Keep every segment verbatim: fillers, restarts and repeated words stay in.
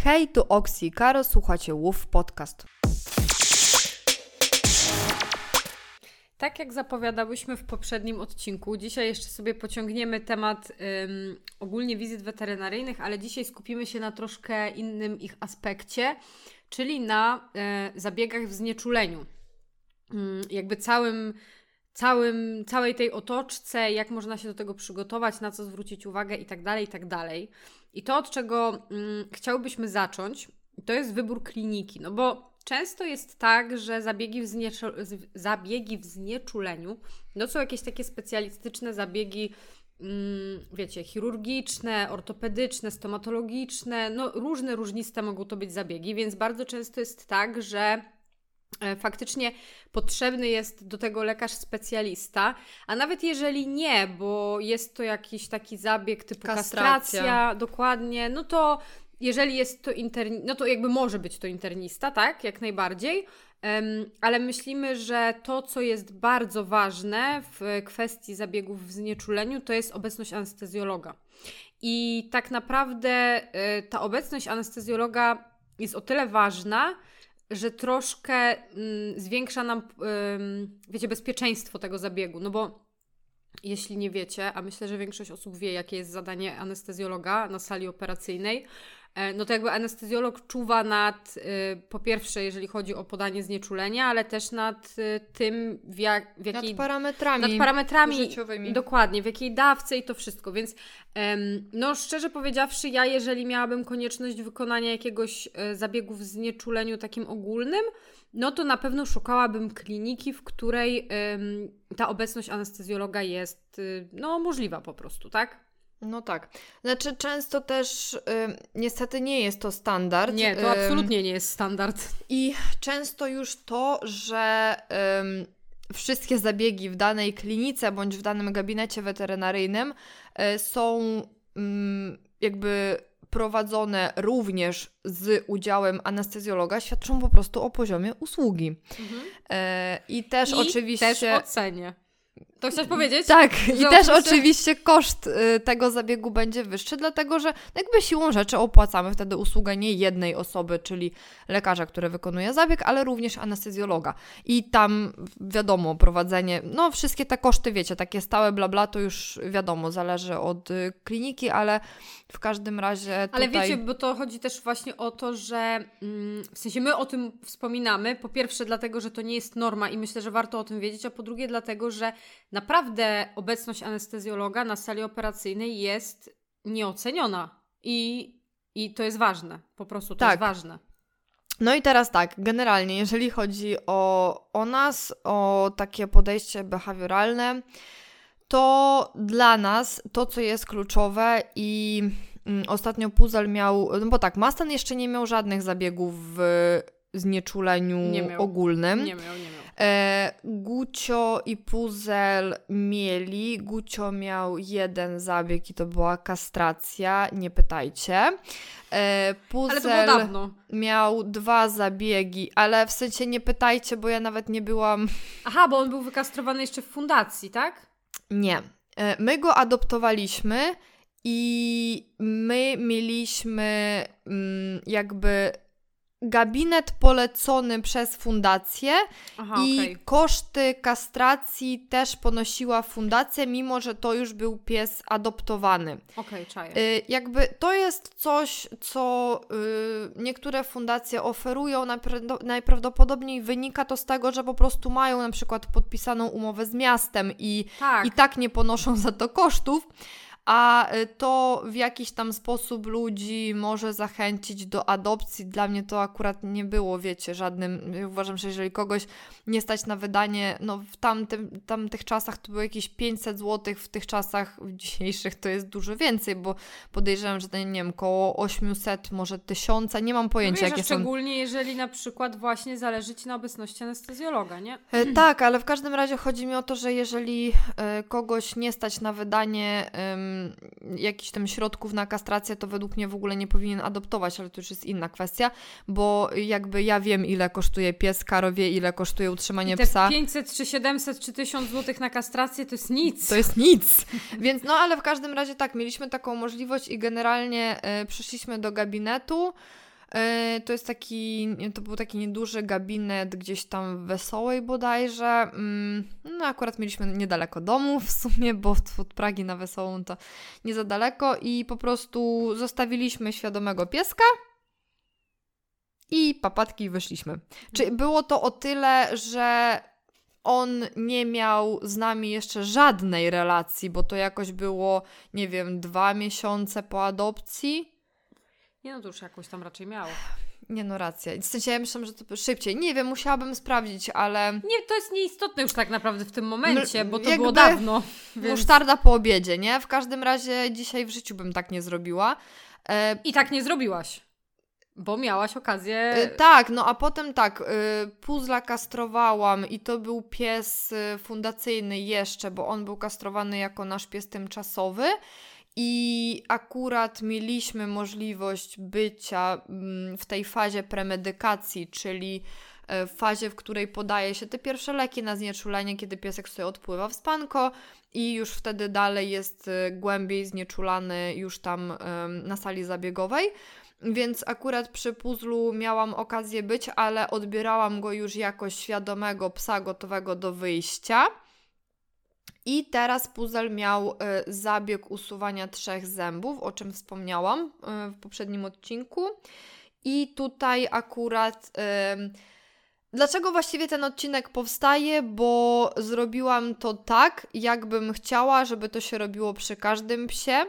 Hej, tu Oksi i Karo, słuchacie Łów Podcast. Tak jak zapowiadałyśmy w poprzednim odcinku, dzisiaj jeszcze sobie pociągniemy temat ym, ogólnie wizyt weterynaryjnych, ale dzisiaj skupimy się na troszkę innym ich aspekcie, czyli na y, zabiegach w znieczuleniu. Ym, jakby całym, całym, całej tej otoczce, jak można się do tego przygotować, na co zwrócić uwagę i tak dalej, i tak dalej. I to, od czego ym, chciałbyśmy zacząć, to jest wybór kliniki, no bo często jest tak, że zabiegi w, znieczu- zabiegi w znieczuleniu no są jakieś takie specjalistyczne zabiegi, mm, wiecie, chirurgiczne, ortopedyczne, stomatologiczne, no różne, różniste mogą to być zabiegi, więc bardzo często jest tak, że e, faktycznie potrzebny jest do tego lekarz specjalista, a nawet jeżeli nie, bo jest to jakiś taki zabieg typu Kastracja. kastracja, dokładnie, no to jeżeli jest to interni- no to jakby może być to internista, tak, jak najbardziej, um, ale myślimy, że to, co jest bardzo ważne w kwestii zabiegów w znieczuleniu, to jest obecność anestezjologa. I tak naprawdę y, ta obecność anestezjologa jest o tyle ważna, że troszkę y, zwiększa nam, y, wiecie, bezpieczeństwo tego zabiegu, no bo jeśli nie wiecie, a myślę, że większość osób wie, jakie jest zadanie anestezjologa na sali operacyjnej, no to jakby anestezjolog czuwa nad, y, po pierwsze, jeżeli chodzi o podanie znieczulenia, ale też nad y, tym, w, jak, w jakiej... Nad parametrami, nad parametrami życiowymi. Dokładnie, w jakiej dawce i to wszystko, więc ym, no szczerze powiedziawszy, ja jeżeli miałabym konieczność wykonania jakiegoś y, zabiegu w znieczuleniu takim ogólnym, no to na pewno szukałabym kliniki, w której ym, ta obecność anestezjologa jest y, no możliwa po prostu, tak? No tak. Znaczy często też y, niestety nie jest to standard. Nie, to absolutnie nie jest standard. I często już to, że y, wszystkie zabiegi w danej klinice bądź w danym gabinecie weterynaryjnym y, są y, jakby prowadzone również z udziałem anestezjologa, świadczą po prostu o poziomie usługi. Mhm. Y, I też I oczywiście... też o cenie. To chciałaś powiedzieć? Tak, i że też oczywiście... oczywiście koszt y, tego zabiegu będzie wyższy, dlatego że jakby siłą rzeczy opłacamy wtedy usługę nie jednej osoby, czyli lekarza, który wykonuje zabieg, ale również anestezjologa. I tam wiadomo, prowadzenie, no wszystkie te koszty, wiecie, takie stałe bla bla, to już wiadomo, zależy od y, kliniki, ale w każdym razie tutaj... Ale wiecie, bo to chodzi też właśnie o to, że mm, w sensie my o tym wspominamy, po pierwsze dlatego, że to nie jest norma i myślę, że warto o tym wiedzieć, a po drugie dlatego, że naprawdę obecność anestezjologa na sali operacyjnej jest nieoceniona i, i to jest ważne, po prostu to tak. jest ważne. No i teraz tak, generalnie jeżeli chodzi o, o nas, o takie podejście behawioralne, to dla nas to, co jest kluczowe i mm, ostatnio Puzel miał, no bo tak, Mastan jeszcze nie miał żadnych zabiegów w znieczuleniu nie miał. ogólnym. Nie miał, nie miał. E, Gucio i Puzel mieli. Gucio miał jeden zabieg i to była kastracja, nie pytajcie. E, Puzel ale to było dawno. Miał dwa zabiegi, ale w sensie nie pytajcie, bo ja nawet nie byłam... Aha, bo on był wykastrowany jeszcze w fundacji, tak? Nie. E, my go adoptowaliśmy i my mieliśmy mm, jakby... gabinet polecony przez fundację. Aha, i okay. koszty kastracji też ponosiła fundacja, mimo że to już był pies adoptowany. Okej, okay, czaję. Y, jakby to jest coś, co y, niektóre fundacje oferują. Najprawd- najprawdopodobniej wynika to z tego, że po prostu mają na przykład podpisaną umowę z miastem i tak, i tak nie ponoszą za to kosztów. A to w jakiś tam sposób ludzi może zachęcić do adopcji. Dla mnie to akurat nie było, wiecie, żadnym... Uważam, że jeżeli kogoś nie stać na wydanie, no w tamtym, tamtych czasach to było jakieś pięćset złotych, w tych czasach w dzisiejszych to jest dużo więcej, bo podejrzewam, że to nie wiem, koło osiemset, może tysiąca, nie mam pojęcia, no wiesz, jakie szczególnie są... jeżeli na przykład właśnie zależy Ci na obecności anestezjologa, nie? E, tak, ale w każdym razie chodzi mi o to, że jeżeli e, kogoś nie stać na wydanie e, jakichś tam środków na kastrację, to według mnie w ogóle nie powinien adoptować, ale to już jest inna kwestia, bo jakby ja wiem, ile kosztuje pies, Karo wie, ile kosztuje utrzymanie I te psa. pięćset, czy siedemset, czy tysiąc złotych na kastrację to jest nic. To jest nic. Więc no, ale w każdym razie tak, mieliśmy taką możliwość i generalnie y, przyszliśmy do gabinetu. To jest taki, to był taki nieduży gabinet gdzieś tam w Wesołej bodajże. No akurat mieliśmy niedaleko domu w sumie, bo od Pragi na Wesołą to nie za daleko i po prostu zostawiliśmy świadomego pieska i papatki wyszliśmy. Czyli było to o tyle, że on nie miał z nami jeszcze żadnej relacji, bo to jakoś było, nie wiem, dwa miesiące po adopcji. Nie no, to już jakoś tam raczej miał. Nie no, racja. W sensie ja myślałam, że to szybciej. Nie wiem, musiałabym sprawdzić, ale... Nie, to jest nieistotne już tak naprawdę w tym momencie, bo to jakby było dawno. Więc... Musztarda po obiedzie, nie? W każdym razie dzisiaj w życiu bym tak nie zrobiła. E... I tak nie zrobiłaś. Bo miałaś okazję... E, tak, no a potem tak, e, puzla kastrowałam i to był pies fundacyjny jeszcze, bo on był kastrowany jako nasz pies tymczasowy. I akurat mieliśmy możliwość bycia w tej fazie premedykacji, czyli w fazie, w której podaje się te pierwsze leki na znieczulenie, kiedy piesek sobie odpływa w spanko i już wtedy dalej jest głębiej znieczulany już tam na sali zabiegowej. Więc akurat przy puzzlu miałam okazję być, ale odbierałam go już jako świadomego psa gotowego do wyjścia. I teraz puzzle miał y, zabieg usuwania trzech zębów, o czym wspomniałam y, w poprzednim odcinku. I tutaj akurat... Y, dlaczego właściwie ten odcinek powstaje? Bo zrobiłam to tak, jakbym chciała, żeby to się robiło przy każdym psie.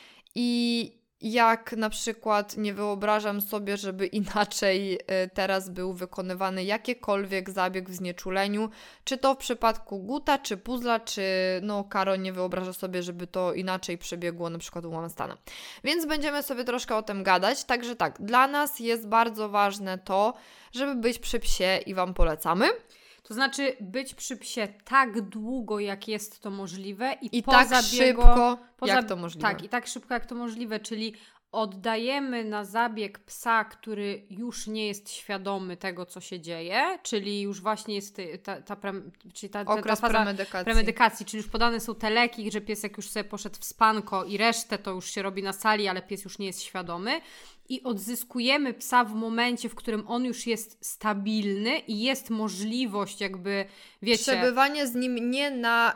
I jak na przykład nie wyobrażam sobie, żeby inaczej y, teraz był wykonywany jakikolwiek zabieg w znieczuleniu, czy to w przypadku Guta, czy Puzzla, czy no Karo nie wyobraża sobie, żeby to inaczej przebiegło na przykład u Monstana. Więc będziemy sobie troszkę o tym gadać, także tak, dla nas jest bardzo ważne to, żeby być przy psie i Wam polecamy. To znaczy być przy psie tak długo, jak jest to możliwe i, I po tak zabiegu, szybko, po jak zab- to możliwe. Tak, i tak szybko, jak to możliwe, czyli oddajemy na zabieg psa, który już nie jest świadomy tego, co się dzieje, czyli już właśnie jest ta, ta, pre, czyli ta, ta, okres ta faza premedykacji. premedykacji, czyli już podane są te leki, że piesek już sobie poszedł w spanko i resztę to już się robi na sali, ale pies już nie jest świadomy. I odzyskujemy psa w momencie, w którym on już jest stabilny i jest możliwość jakby, wiecie... Przebywanie z nim nie na...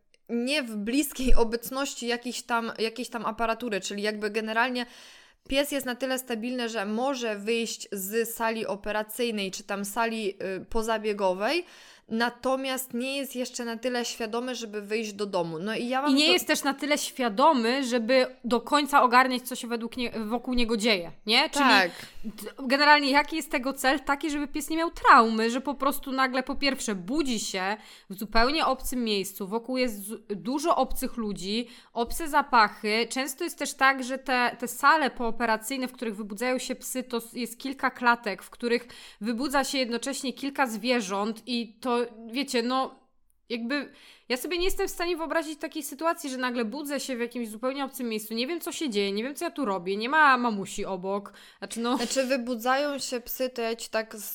nie w bliskiej obecności jakiejś tam, jakiejś tam aparatury, czyli jakby generalnie pies jest na tyle stabilny, że może wyjść z sali operacyjnej czy tam sali y, pozabiegowej, natomiast nie jest jeszcze na tyle świadomy, żeby wyjść do domu. No i ja mam I nie to... jest też na tyle świadomy, żeby do końca ogarniać, co się według nie, wokół niego dzieje, nie? Czyli tak. generalnie jaki jest tego cel? Taki, żeby pies nie miał traumy, że po prostu nagle po pierwsze budzi się w zupełnie obcym miejscu, wokół jest dużo obcych ludzi, obce zapachy. Często jest też tak, że te, te sale pooperacyjne, w których wybudzają się psy, to jest kilka klatek, w których wybudza się jednocześnie kilka zwierząt i to wiecie, no jakby ja sobie nie jestem w stanie wyobrazić takiej sytuacji, że nagle budzę się w jakimś zupełnie obcym miejscu, nie wiem co się dzieje, nie wiem co ja tu robię, nie ma mamusi obok, znaczy no... Znaczy wybudzają się psy, to ja Ci tak z,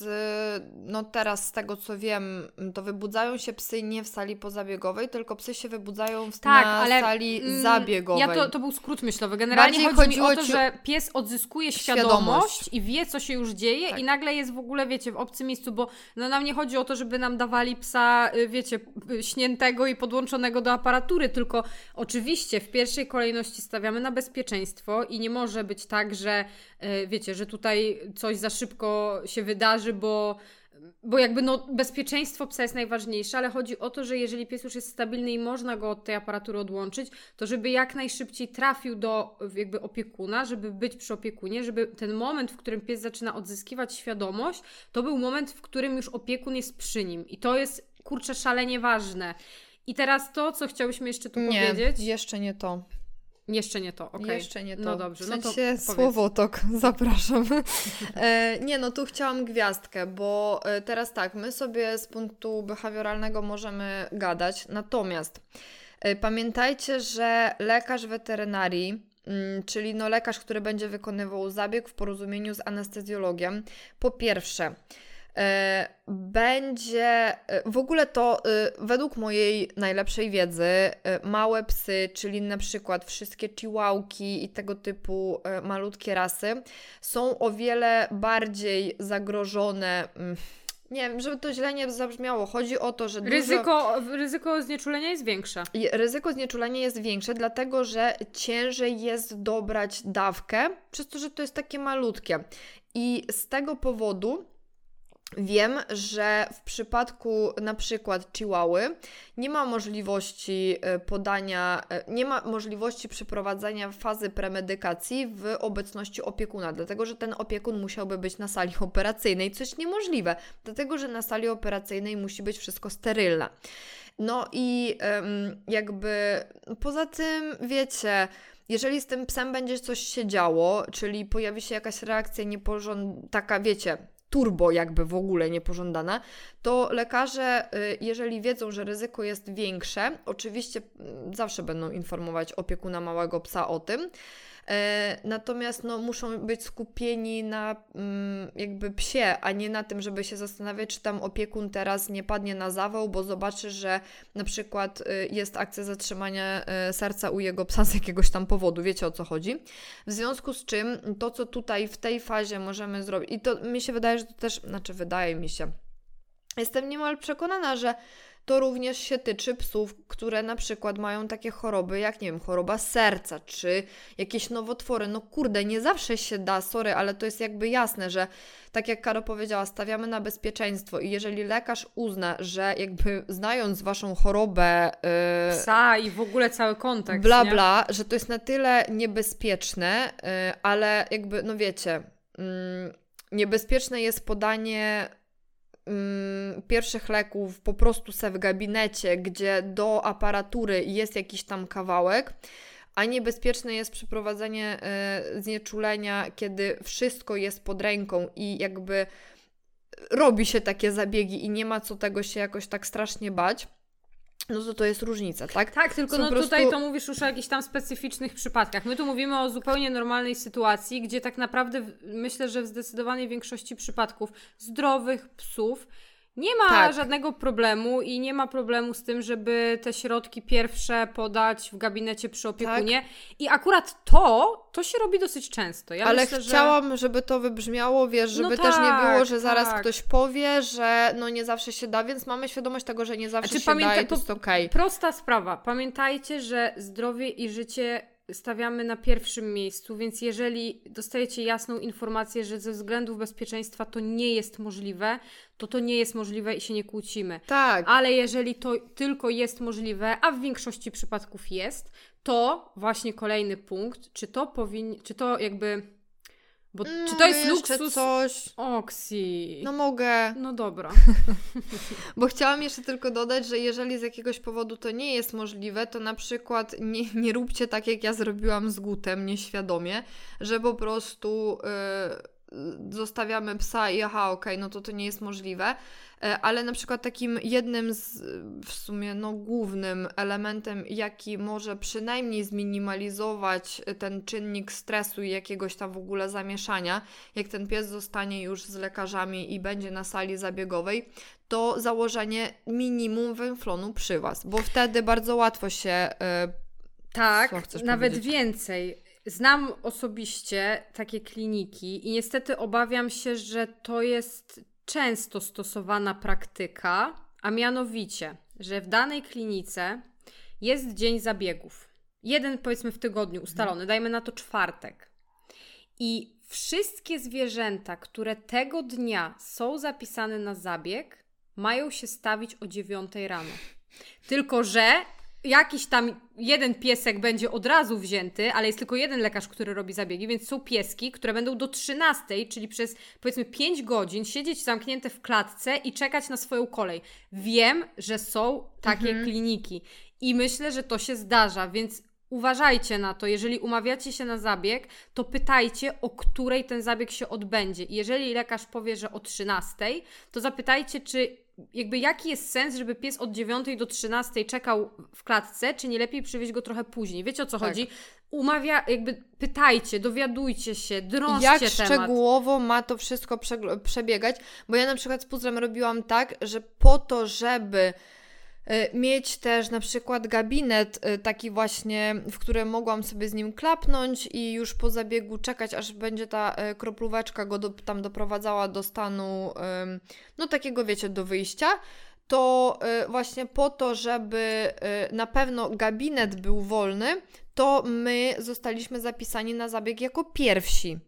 no teraz z tego co wiem, to wybudzają się psy nie w sali pozabiegowej, tylko psy się wybudzają w, tak, na ale, sali mm, zabiegowej. Ja to, to był skrót myślowy, generalnie Bardziej chodzi mi o to, ci... że pies odzyskuje świadomość, świadomość i wie co się już dzieje tak. I nagle jest w ogóle, wiecie, w obcym miejscu, bo no, nam nie chodzi o to, żeby nam dawali psa, wiecie, śniętego i podłączonego do aparatury, tylko oczywiście w pierwszej kolejności stawiamy na bezpieczeństwo i nie może być tak, że wiecie, że tutaj coś za szybko się wydarzy, bo bo jakby no bezpieczeństwo psa jest najważniejsze, ale chodzi o to, że jeżeli pies już jest stabilny i można go od tej aparatury odłączyć, to żeby jak najszybciej trafił do jakby opiekuna, żeby być przy opiekunie, żeby ten moment, w którym pies zaczyna odzyskiwać świadomość, to był moment, w którym już opiekun jest przy nim i to jest, kurczę, szalenie ważne. I teraz to, co chciałyśmy jeszcze tu nie, powiedzieć. jeszcze nie to. Jeszcze nie to, okej. Okay. Jeszcze nie to. No dobrze, w sensie no to słowotok, zapraszam. e, nie, no tu chciałam gwiazdkę, bo e, teraz tak, my sobie z punktu behawioralnego możemy gadać, natomiast e, pamiętajcie, że lekarz weterynarii, m, czyli no lekarz, który będzie wykonywał zabieg w porozumieniu z anestezjologiem, po pierwsze, Będzie, w ogóle to według mojej najlepszej wiedzy małe psy, czyli na przykład wszystkie chihuahki i tego typu malutkie rasy są o wiele bardziej zagrożone. Nie wiem, żeby to źle nie zabrzmiało. Chodzi o to, że dużo... Ryzyko, ryzyko znieczulenia jest większe. Ryzyko znieczulenia jest większe, dlatego że ciężej jest dobrać dawkę, przez to, że to jest takie malutkie. I z tego powodu wiem, że w przypadku na przykład chihuahy nie ma możliwości podania, nie ma możliwości przeprowadzania fazy premedykacji w obecności opiekuna, dlatego że ten opiekun musiałby być na sali operacyjnej, coś niemożliwe, dlatego że na sali operacyjnej musi być wszystko sterylne. No i jakby poza tym, wiecie, jeżeli z tym psem będzie coś się działo, czyli pojawi się jakaś reakcja niepożądana, taka wiecie, turbo jakby w ogóle niepożądana, to lekarze, jeżeli wiedzą, że ryzyko jest większe, oczywiście zawsze będą informować opiekuna małego psa o tym, natomiast no, muszą być skupieni na jakby psie, a nie na tym, żeby się zastanawiać, czy tam opiekun teraz nie padnie na zawał, bo zobaczy, że na przykład jest akcja zatrzymania serca u jego psa z jakiegoś tam powodu, wiecie o co chodzi. W związku z czym to, co tutaj w tej fazie możemy zrobić, i to mi się wydaje, że to też, znaczy wydaje mi się, jestem niemal przekonana, że to również się tyczy psów, które na przykład mają takie choroby jak, nie wiem, choroba serca, czy jakieś nowotwory. No kurde, nie zawsze się da, sorry, ale to jest jakby jasne, że tak jak Karo powiedziała, stawiamy na bezpieczeństwo i jeżeli lekarz uzna, że jakby znając Waszą chorobę... Yy, psa i w ogóle cały kontekst, bla, nie? bla, że to jest na tyle niebezpieczne, yy, ale jakby, no wiecie, yy, niebezpieczne jest podanie pierwszych leków po prostu se w gabinecie, gdzie do aparatury jest jakiś tam kawałek, a niebezpieczne jest przeprowadzenie y, znieczulenia, kiedy wszystko jest pod ręką i jakby robi się takie zabiegi i nie ma co tego się jakoś tak strasznie bać. No to to jest różnica, tak? Tak, tylko Są no prostu... tutaj to mówisz już o jakichś tam specyficznych przypadkach. My tu mówimy o zupełnie normalnej sytuacji, gdzie tak naprawdę w, myślę, że w zdecydowanej większości przypadków zdrowych psów nie ma tak. żadnego problemu i nie ma problemu z tym, żeby te środki pierwsze podać w gabinecie przy opiekunie. Tak. I akurat to, to się robi dosyć często. Ja Ale myślę, chciałam, że... żeby to wybrzmiało, wiesz, żeby no też tak, nie było, że zaraz tak. ktoś powie, że no nie zawsze się da, więc mamy świadomość tego, że nie zawsze znaczy, się pamięta... da i to jest okej. Okay. Prosta sprawa. Pamiętajcie, że zdrowie i życie stawiamy na pierwszym miejscu, więc jeżeli dostajecie jasną informację, że ze względów bezpieczeństwa to nie jest możliwe, to to nie jest możliwe i się nie kłócimy. Tak. Ale jeżeli to tylko jest możliwe, a w większości przypadków jest, to właśnie kolejny punkt, czy to powinien, czy to jakby... Bo mm, czy to jest luksus? Coś? Oksi. No mogę. No dobra. Bo chciałam jeszcze tylko dodać, że jeżeli z jakiegoś powodu to nie jest możliwe, to na przykład nie, nie róbcie tak, jak ja zrobiłam z Gutem nieświadomie, że po prostu yy, zostawiamy psa i aha, okej, okay, no to to nie jest możliwe. Ale na przykład takim jednym z, w sumie no głównym elementem, jaki może przynajmniej zminimalizować ten czynnik stresu i jakiegoś tam w ogóle zamieszania, jak ten pies zostanie już z lekarzami i będzie na sali zabiegowej, to założenie minimum węflonu przy Was, bo wtedy bardzo łatwo się... Yy, tak, nawet powiedzieć? Więcej. Znam osobiście takie kliniki i niestety obawiam się, że to jest często stosowana praktyka, a mianowicie, że w danej klinice jest dzień zabiegów. Jeden powiedzmy w tygodniu ustalony, dajmy na to czwartek. I wszystkie zwierzęta, które tego dnia są zapisane na zabieg, mają się stawić o dziewiątej rano. Tylko że jakiś tam jeden piesek będzie od razu wzięty, ale jest tylko jeden lekarz, który robi zabiegi, więc są pieski, które będą do trzynastej, czyli przez powiedzmy pięć godzin siedzieć zamknięte w klatce i czekać na swoją kolej. Wiem, że są takie mhm. kliniki i myślę, że to się zdarza, więc uważajcie na to. Jeżeli umawiacie się na zabieg, to pytajcie, o której ten zabieg się odbędzie. I jeżeli lekarz powie, że o trzynastej, to zapytajcie, czy jakby jaki jest sens, żeby pies od dziewiątej do trzynastej czekał w klatce, czy nie lepiej przywieźć go trochę później. Wiecie o co tak. chodzi? umawia, jakby pytajcie, dowiadujcie się, drążcie jak temat. Jak szczegółowo ma to wszystko prze- przebiegać, bo ja na przykład z puzzlem robiłam tak, że po to, żeby mieć też na przykład gabinet taki właśnie, w którym mogłam sobie z nim klapnąć i już po zabiegu czekać, aż będzie ta kroplóweczka go do, tam doprowadzała do stanu, no takiego wiecie, do wyjścia, to właśnie po to, żeby na pewno gabinet był wolny, to my zostaliśmy zapisani na zabieg jako pierwsi.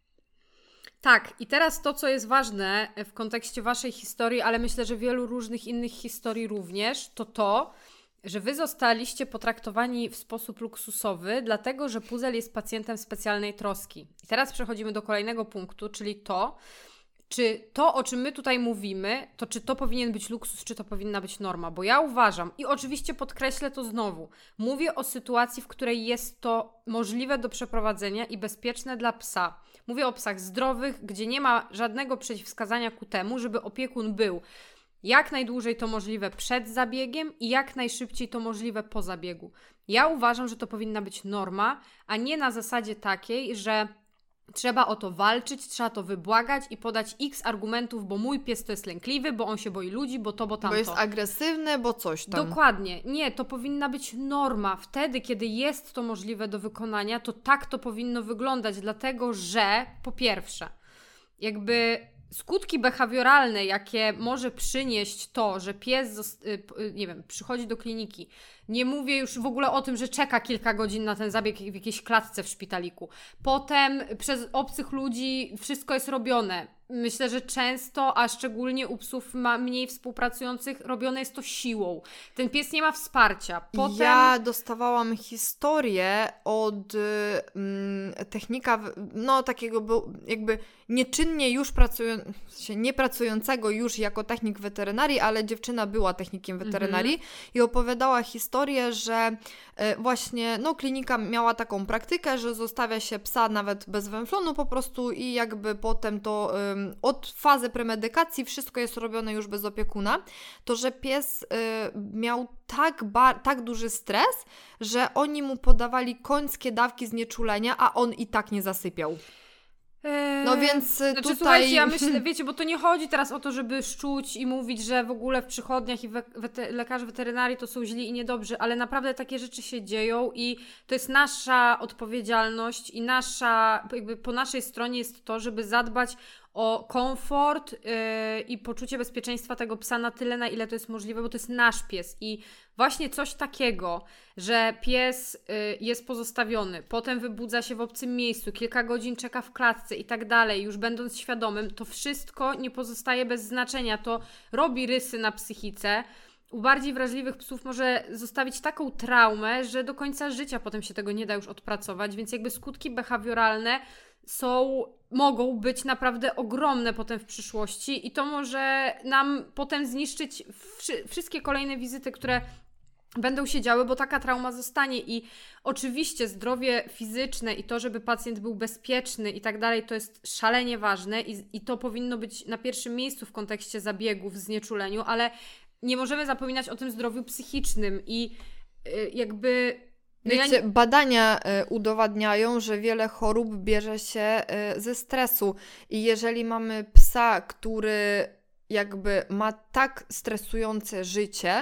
Tak, i teraz to, co jest ważne w kontekście waszej historii, ale myślę, że wielu różnych innych historii również, to to, że wy zostaliście potraktowani w sposób luksusowy, dlatego, że Puzel jest pacjentem specjalnej troski. I teraz przechodzimy do kolejnego punktu, czyli to, czy to, o czym my tutaj mówimy, to czy to powinien być luksus, czy to powinna być norma, bo ja uważam, i oczywiście podkreślę to znowu, mówię o sytuacji, w której jest to możliwe do przeprowadzenia i bezpieczne dla psa. Mówię o psach zdrowych, gdzie nie ma żadnego przeciwwskazania ku temu, żeby opiekun był jak najdłużej to możliwe przed zabiegiem i jak najszybciej to możliwe po zabiegu. Ja uważam, że to powinna być norma, a nie na zasadzie takiej, że trzeba o to walczyć, trzeba to wybłagać i podać x argumentów, bo mój pies to jest lękliwy, bo on się boi ludzi, bo to, bo tamto. Bo jest agresywny, bo coś tam. Dokładnie. Nie, to powinna być norma. Wtedy, kiedy jest to możliwe do wykonania, to tak to powinno wyglądać, dlatego że po pierwsze, jakby skutki behawioralne, jakie może przynieść to, że pies, nie wiem, przychodzi do kliniki, nie mówię już w ogóle o tym, że czeka kilka godzin na ten zabieg w jakiejś klatce w szpitaliku. Potem przez obcych ludzi wszystko jest robione. Myślę, że często, a szczególnie u psów ma mniej współpracujących, robione jest to siłą. Ten pies nie ma wsparcia. Potem... Ja dostawałam historię od mm, technika, no takiego był jakby nieczynnie już pracującego, nie pracującego już jako technik weterynarii, ale dziewczyna była technikiem weterynarii mhm. i opowiadała historię, że y, właśnie no klinika miała taką praktykę, że zostawia się psa nawet bez węflonu po prostu i jakby potem to y, od fazy premedykacji wszystko jest robione już bez opiekuna, to że pies y, miał tak, bar- tak duży stres, że oni mu podawali końskie dawki znieczulenia, a on i tak nie zasypiał. No więc znaczy, tutaj... Słuchajcie, ja myślę, wiecie, bo to nie chodzi teraz o to, żeby szczuć i mówić, że w ogóle w przychodniach i we, wete, lekarze weterynarii to są źli i niedobrzy, ale naprawdę takie rzeczy się dzieją i to jest nasza odpowiedzialność i nasza, jakby po naszej stronie jest to, żeby zadbać o komfort yy, i poczucie bezpieczeństwa tego psa na tyle, na ile to jest możliwe, bo to jest nasz pies i właśnie coś takiego, że pies yy, jest pozostawiony, potem wybudza się w obcym miejscu, kilka godzin czeka w klatce i tak dalej, już będąc świadomym, to wszystko nie pozostaje bez znaczenia, to robi rysy na psychice. U bardziej wrażliwych psów może zostawić taką traumę, że do końca życia potem się tego nie da już odpracować, więc jakby skutki behawioralne są, mogą być naprawdę ogromne potem w przyszłości i to może nam potem zniszczyć wszy- wszystkie kolejne wizyty, które będą się działy, bo taka trauma zostanie i oczywiście zdrowie fizyczne i to, żeby pacjent był bezpieczny i tak dalej, to jest szalenie ważne i, i to powinno być na pierwszym miejscu w kontekście zabiegów w znieczuleniu, ale nie możemy zapominać o tym zdrowiu psychicznym i y, jakby... No Wiecie, ja... badania y, udowadniają, że wiele chorób bierze się y, ze stresu i jeżeli mamy psa, który jakby ma tak stresujące życie,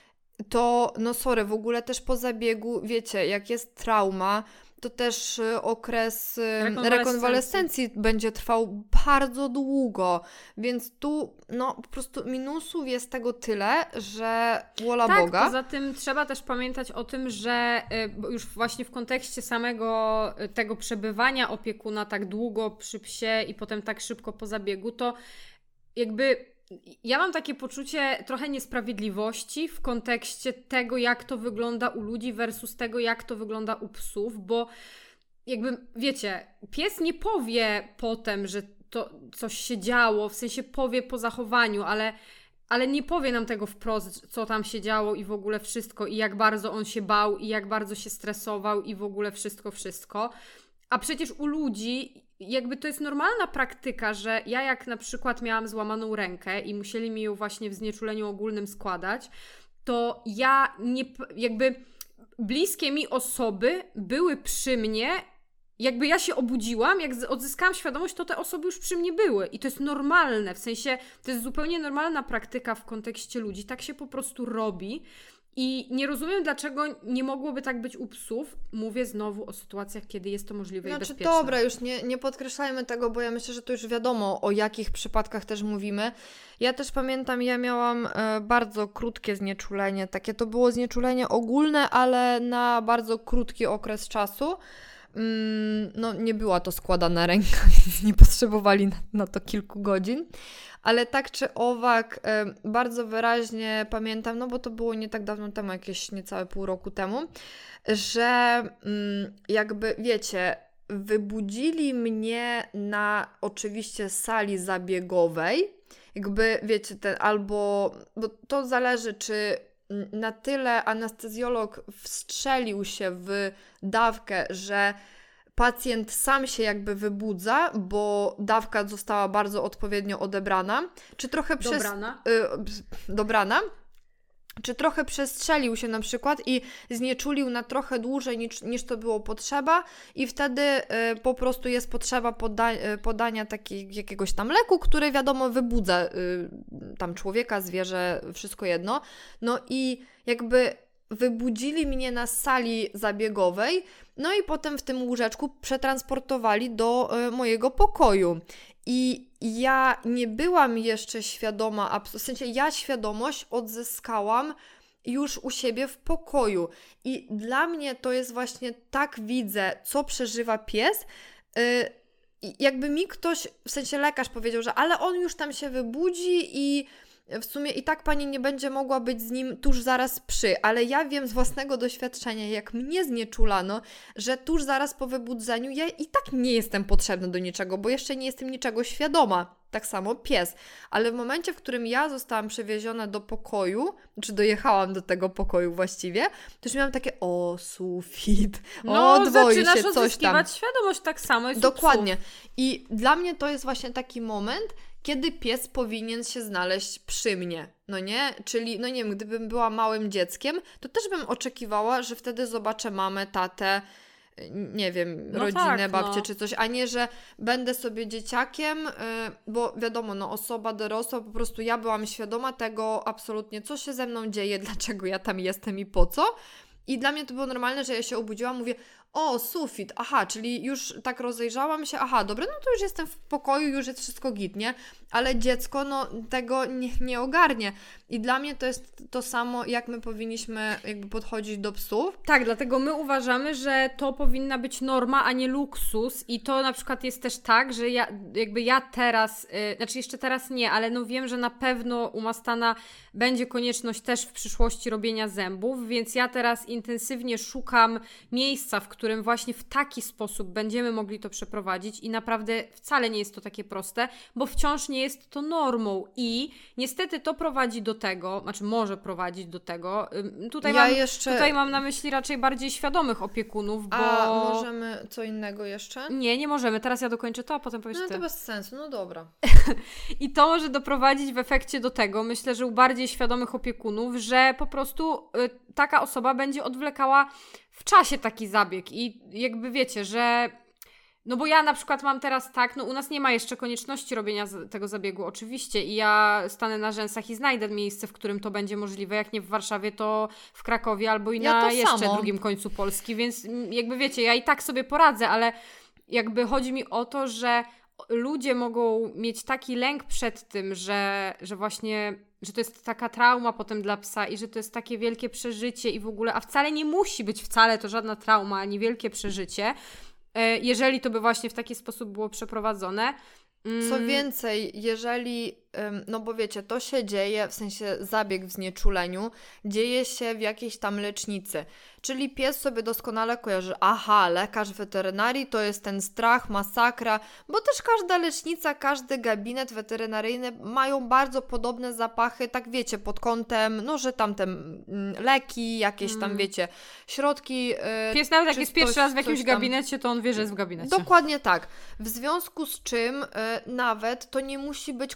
to no sorry, w ogóle też po zabiegu, wiecie, jak jest trauma, to też okres rekonwalescencji. rekonwalescencji będzie trwał bardzo długo, więc tu no po prostu minusów jest tego tyle, że wola tak, Boga. Poza tym trzeba też pamiętać o tym, że już właśnie w kontekście samego tego przebywania opiekuna tak długo przy psie i potem tak szybko po zabiegu, to jakby ja mam takie poczucie trochę niesprawiedliwości w kontekście tego, jak to wygląda u ludzi versus tego, jak to wygląda u psów, bo jakby, wiecie, pies nie powie potem, że to coś się działo, w sensie powie po zachowaniu, ale, ale nie powie nam tego wprost, co tam się działo i w ogóle wszystko i jak bardzo on się bał i jak bardzo się stresował i w ogóle wszystko, wszystko. A przecież u ludzi jakby to jest normalna praktyka, że ja jak na przykład miałam złamaną rękę i musieli mi ją właśnie w znieczuleniu ogólnym składać, to ja nie, jakby bliskie mi osoby były przy mnie, jakby ja się obudziłam, jak odzyskałam świadomość, to te osoby już przy mnie były. I to jest normalne, w sensie to jest zupełnie normalna praktyka w kontekście ludzi. Tak się po prostu robi. I nie rozumiem, dlaczego nie mogłoby tak być u psów. Mówię znowu o sytuacjach, kiedy jest to możliwe znaczy, i bezpieczne. Dobra, już nie, nie podkreślajmy tego, bo ja myślę, że to już wiadomo, o jakich przypadkach też mówimy. Ja też pamiętam, ja miałam e, bardzo krótkie znieczulenie. Takie to było znieczulenie ogólne, ale na bardzo krótki okres czasu. Mm, no nie była to składana ręka, więc nie potrzebowali na, na to kilku godzin. Ale tak czy owak, e, bardzo wyraźnie pamiętam, no bo to było nie tak dawno temu, jakieś niecałe pół roku temu, że mm, jakby, wiecie, wybudzili mnie na oczywiście sali zabiegowej, jakby, wiecie, ten, albo, bo to zależy, czy na tyle anestezjolog wstrzelił się w dawkę, że pacjent sam się jakby wybudza, bo dawka została bardzo odpowiednio odebrana, czy trochę przez... Dobrana. Y, dobrana. Czy trochę przestrzelił się na przykład i znieczulił na trochę dłużej niż, niż to było potrzeba i wtedy y, po prostu jest potrzeba poda- y, podania takiego, jakiegoś tam leku, który wiadomo wybudza y, tam człowieka, zwierzę, wszystko jedno. No i jakby wybudzili mnie na sali zabiegowej, no i potem w tym łóżeczku przetransportowali do y, mojego pokoju. I ja nie byłam jeszcze świadoma, w sensie ja świadomość odzyskałam już u siebie w pokoju. I dla mnie to jest właśnie tak widzę, co przeżywa pies. Yy, jakby mi ktoś, w sensie lekarz powiedział, że ale on już tam się wybudzi i w sumie i tak pani nie będzie mogła być z nim tuż zaraz przy, ale ja wiem z własnego doświadczenia, jak mnie znieczulano, że tuż zaraz po wybudzeniu ja i tak nie jestem potrzebna do niczego, bo jeszcze nie jestem niczego świadoma. Tak samo pies. Ale w momencie, w którym ja zostałam przewieziona do pokoju, czy dojechałam do tego pokoju właściwie, to już miałam takie, o, sufit, no, o, dwoi się, zaczynasz coś tam. świadomość tak samo jest Dokładnie. I dla mnie to jest właśnie taki moment, kiedy pies powinien się znaleźć przy mnie, no nie? Czyli, no nie wiem, gdybym była małym dzieckiem, to też bym oczekiwała, że wtedy zobaczę mamę, tatę, nie wiem, no rodzinę, tak, babcię no. czy coś, a nie, że będę sobie dzieciakiem, yy, bo wiadomo, no osoba dorosła, po prostu ja byłam świadoma tego absolutnie, co się ze mną dzieje, dlaczego ja tam jestem i po co. I dla mnie to było normalne, że ja się obudziłam, mówię, o, sufit, aha, czyli już tak rozejrzałam się, aha, dobra, no to już jestem w pokoju, już jest wszystko git, nie? Ale dziecko, no, tego nie, nie ogarnie. I dla mnie to jest to samo, jak my powinniśmy jakby podchodzić do psów. Tak, dlatego my uważamy, że to powinna być norma, a nie luksus i to na przykład jest też tak, że ja, jakby ja teraz, yy, znaczy jeszcze teraz nie, ale no wiem, że na pewno u Mastana będzie konieczność też w przyszłości robienia zębów, więc ja teraz intensywnie szukam miejsca, w którym właśnie w taki sposób będziemy mogli to przeprowadzić i naprawdę wcale nie jest to takie proste, bo wciąż nie jest to normą i niestety to prowadzi do tego, znaczy może prowadzić do tego, tutaj, ja mam, jeszcze... tutaj mam na myśli raczej bardziej świadomych opiekunów, bo... A możemy co innego jeszcze? Nie, nie możemy, teraz ja dokończę to, a potem powiesz No ty. to bez sensu, no dobra. I to może doprowadzić w efekcie do tego, myślę, że u bardziej świadomych opiekunów, że po prostu y, taka osoba będzie odwlekała w czasie taki zabieg i jakby wiecie, że no bo ja na przykład mam teraz tak, no u nas nie ma jeszcze konieczności robienia z, tego zabiegu oczywiście i ja stanę na rzęsach i znajdę miejsce, w którym to będzie możliwe, jak nie w Warszawie, to w Krakowie albo i ja na jeszcze samo. drugim końcu Polski, więc jakby wiecie, ja i tak sobie poradzę, ale jakby chodzi mi o to, że ludzie mogą mieć taki lęk przed tym, że, że właśnie, że to jest taka trauma potem dla psa i że to jest takie wielkie przeżycie i w ogóle, a wcale nie musi być wcale to żadna trauma, ani wielkie przeżycie, jeżeli to by właśnie w taki sposób było przeprowadzone. Co więcej, jeżeli, no bo wiecie, to się dzieje, w sensie zabieg w znieczuleniu, dzieje się w jakiejś tam lecznicy. Czyli pies sobie doskonale kojarzy, aha, lekarz weterynarii to jest ten strach, masakra, bo też każda lecznica, każdy gabinet weterynaryjny mają bardzo podobne zapachy, tak wiecie, pod kątem, no że tam te leki, jakieś tam, wiecie, środki. Yy, pies nawet jak jest pierwszy raz w jakimś tam... gabinecie, to on wie, że jest w gabinecie. Dokładnie tak. W związku z czym yy, nawet to nie musi być koniecznie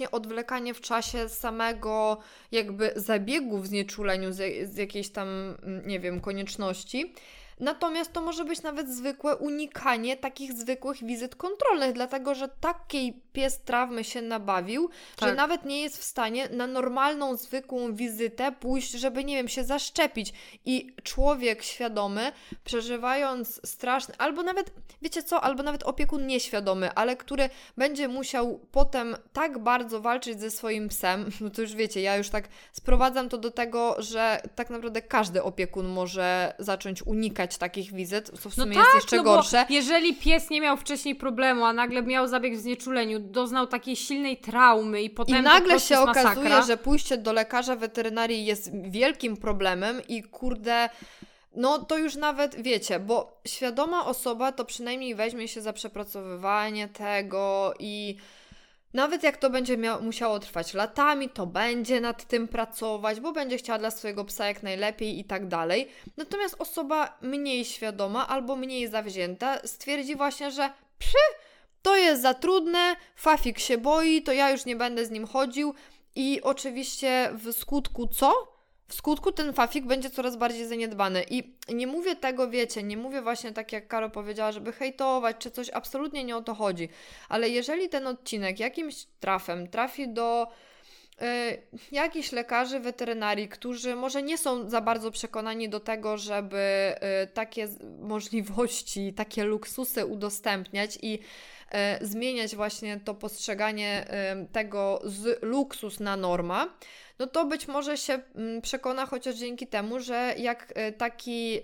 właśnie odwlekanie w czasie samego jakby zabiegu w znieczuleniu z, z jakiejś tam, nie wiem, konieczności. Natomiast to może być nawet zwykłe unikanie takich zwykłych wizyt kontrolnych, dlatego że takiej pies trawmy się nabawił, tak. że nawet nie jest w stanie na normalną, zwykłą wizytę pójść, żeby, nie wiem, się zaszczepić. I człowiek świadomy, przeżywając straszny, albo nawet, wiecie co, albo nawet opiekun nieświadomy, ale który będzie musiał potem tak bardzo walczyć ze swoim psem, no to już wiecie, ja już tak sprowadzam to do tego, że tak naprawdę każdy opiekun może zacząć unikać takich wizyt, co w sumie no jest tak, jeszcze no gorsze. Jeżeli pies nie miał wcześniej problemu, a nagle miał zabieg w znieczuleniu, doznał takiej silnej traumy i potem I nagle się okazuje, masakra. że pójście do lekarza weterynarii jest wielkim problemem i kurde, no to już nawet wiecie, bo świadoma osoba to przynajmniej weźmie się za przepracowywanie tego i nawet jak to będzie mia- musiało trwać latami, to będzie nad tym pracować, bo będzie chciała dla swojego psa jak najlepiej i tak dalej. Natomiast osoba mniej świadoma albo mniej zawzięta stwierdzi właśnie, że przy, to jest za trudne, Fafik się boi, to ja już nie będę z nim chodził i oczywiście w skutku co? W skutku ten Fafik będzie coraz bardziej zaniedbany i nie mówię tego, wiecie, nie mówię właśnie tak jak Karo powiedziała, żeby hejtować czy coś, absolutnie nie o to chodzi, ale jeżeli ten odcinek jakimś trafem trafi do y, jakichś lekarzy weterynarii, którzy może nie są za bardzo przekonani do tego, żeby y, takie możliwości, takie luksusy udostępniać i y, zmieniać właśnie to postrzeganie y, tego z luksus na norma, no to być może się przekona chociaż dzięki temu, że jak taki y,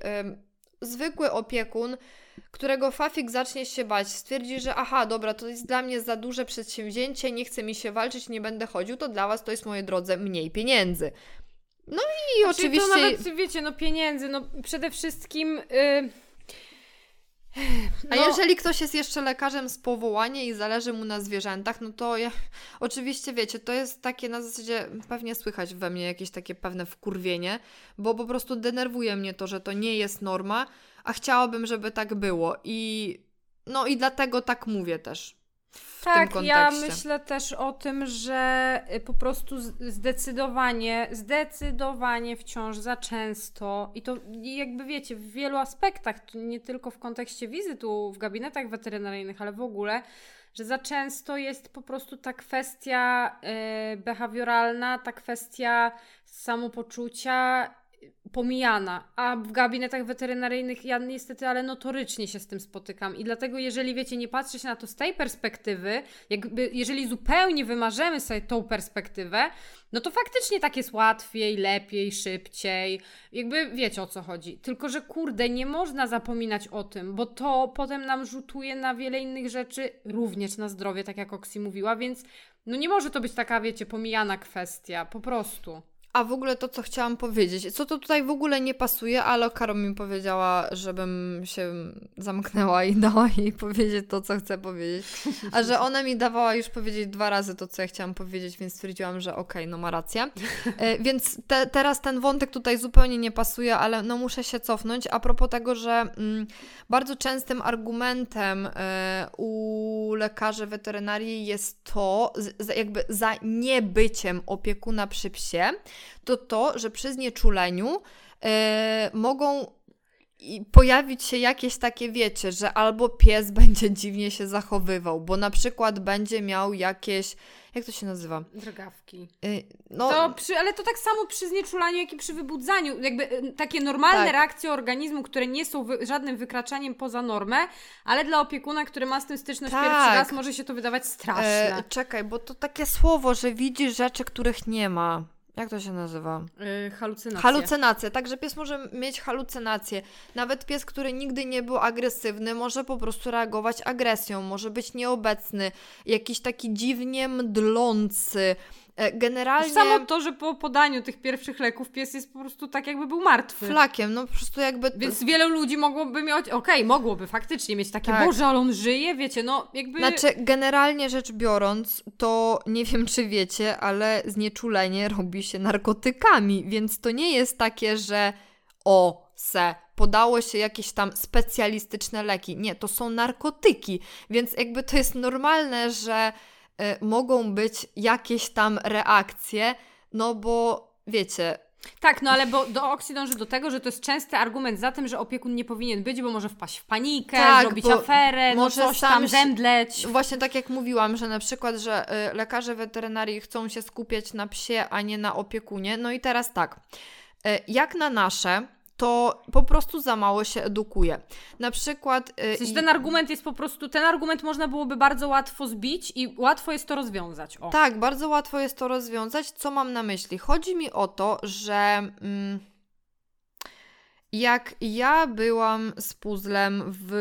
zwykły opiekun, którego Fafik zacznie się bać, stwierdzi, że aha, dobra, to jest dla mnie za duże przedsięwzięcie, nie chce mi się walczyć, nie będę chodził, to dla Was to jest, moi drodzy, mniej pieniędzy. No i znaczy, oczywiście... to nawet, wiecie, no pieniędzy, no przede wszystkim... Yy... A no. jeżeli ktoś jest jeszcze lekarzem z powołania i zależy mu na zwierzętach, no to ja, oczywiście wiecie, to jest takie na zasadzie, pewnie słychać we mnie jakieś takie pewne wkurwienie, bo po prostu denerwuje mnie to, że to nie jest norma, a chciałabym, żeby tak było i no i dlatego tak mówię też. W tak, tym kontekście. Ja myślę też o tym, że po prostu zdecydowanie, zdecydowanie wciąż za często i to jakby wiecie, w wielu aspektach, nie tylko w kontekście wizytu w gabinetach weterynaryjnych, ale w ogóle, że za często jest po prostu ta kwestia y, behawioralna, ta kwestia samopoczucia pomijana, a w gabinetach weterynaryjnych ja niestety, ale notorycznie się z tym spotykam i dlatego jeżeli wiecie, nie patrzeć na to z tej perspektywy, jakby jeżeli zupełnie wymarzemy sobie tą perspektywę, no to faktycznie tak jest łatwiej, lepiej, szybciej, jakby wiecie o co chodzi, tylko że kurde, nie można zapominać o tym, bo to potem nam rzutuje na wiele innych rzeczy, również na zdrowie, tak jak Oksi mówiła, więc no nie może to być taka, wiecie, pomijana kwestia, po prostu. A w ogóle to, co chciałam powiedzieć, co to tutaj w ogóle nie pasuje, ale Karo mi powiedziała, żebym się zamknęła i dała jej powiedzieć to, co chcę powiedzieć. A że ona mi dawała już powiedzieć dwa razy to, co ja chciałam powiedzieć, więc stwierdziłam, że okej, okay, no ma rację. E, więc te, teraz ten wątek tutaj zupełnie nie pasuje, ale no muszę się cofnąć. A propos tego, że mm, bardzo częstym argumentem e, u lekarzy weterynarii jest to, z, jakby za niebyciem opiekuna przy psie, to to, że przy znieczuleniu yy, mogą pojawić się jakieś takie, wiecie, że albo pies będzie dziwnie się zachowywał, bo na przykład będzie miał jakieś, jak to się nazywa? Drgawki. Yy, no, to przy, ale to tak samo przy znieczulaniu, jak i przy wybudzaniu. Jakby y, takie normalne tak. reakcje organizmu, które nie są wy, żadnym wykraczaniem poza normę, ale dla opiekuna, który ma z tym styczność tak. pierwszy raz, może się to wydawać straszne. Yy, czekaj, bo to takie słowo, że widzi rzeczy, których nie ma. Jak to się nazywa? Yy, halucynacje. Halucynacje. Także pies może mieć halucynacje. Nawet pies, który nigdy nie był agresywny, może po prostu reagować agresją, może być nieobecny, jakiś taki dziwnie mdlący. Generalnie... Samo to, że po podaniu tych pierwszych leków pies jest po prostu tak, jakby był martwy. Flakiem, no po prostu jakby... Więc wielu ludzi mogłoby mieć, okej, okay, mogłoby faktycznie mieć takie, tak. Boże, ale on żyje, wiecie, no jakby... Znaczy, generalnie rzecz biorąc, to nie wiem, czy wiecie, ale znieczulenie robi się narkotykami, więc to nie jest takie, że o, se, podało się jakieś tam specjalistyczne leki. Nie, to są narkotyki, więc jakby to jest normalne, że y, mogą być jakieś tam reakcje, no bo wiecie... Tak, no ale bo do Oksi dąży do tego, że to jest częsty argument za tym, że opiekun nie powinien być, bo może wpaść w panikę, tak, zrobić aferę, no coś tam, zemdleć. Właśnie tak jak mówiłam, że na przykład, że y, lekarze weterynarii chcą się skupiać na psie, a nie na opiekunie. No i teraz tak, y, jak na nasze, to po prostu za mało się edukuje. Na przykład... W sensie ten argument jest po prostu, ten argument można byłoby bardzo łatwo zbić i łatwo jest to rozwiązać. O. Tak, bardzo łatwo jest to rozwiązać. Co mam na myśli? Chodzi mi o to, że mm, jak ja byłam z puzzlem w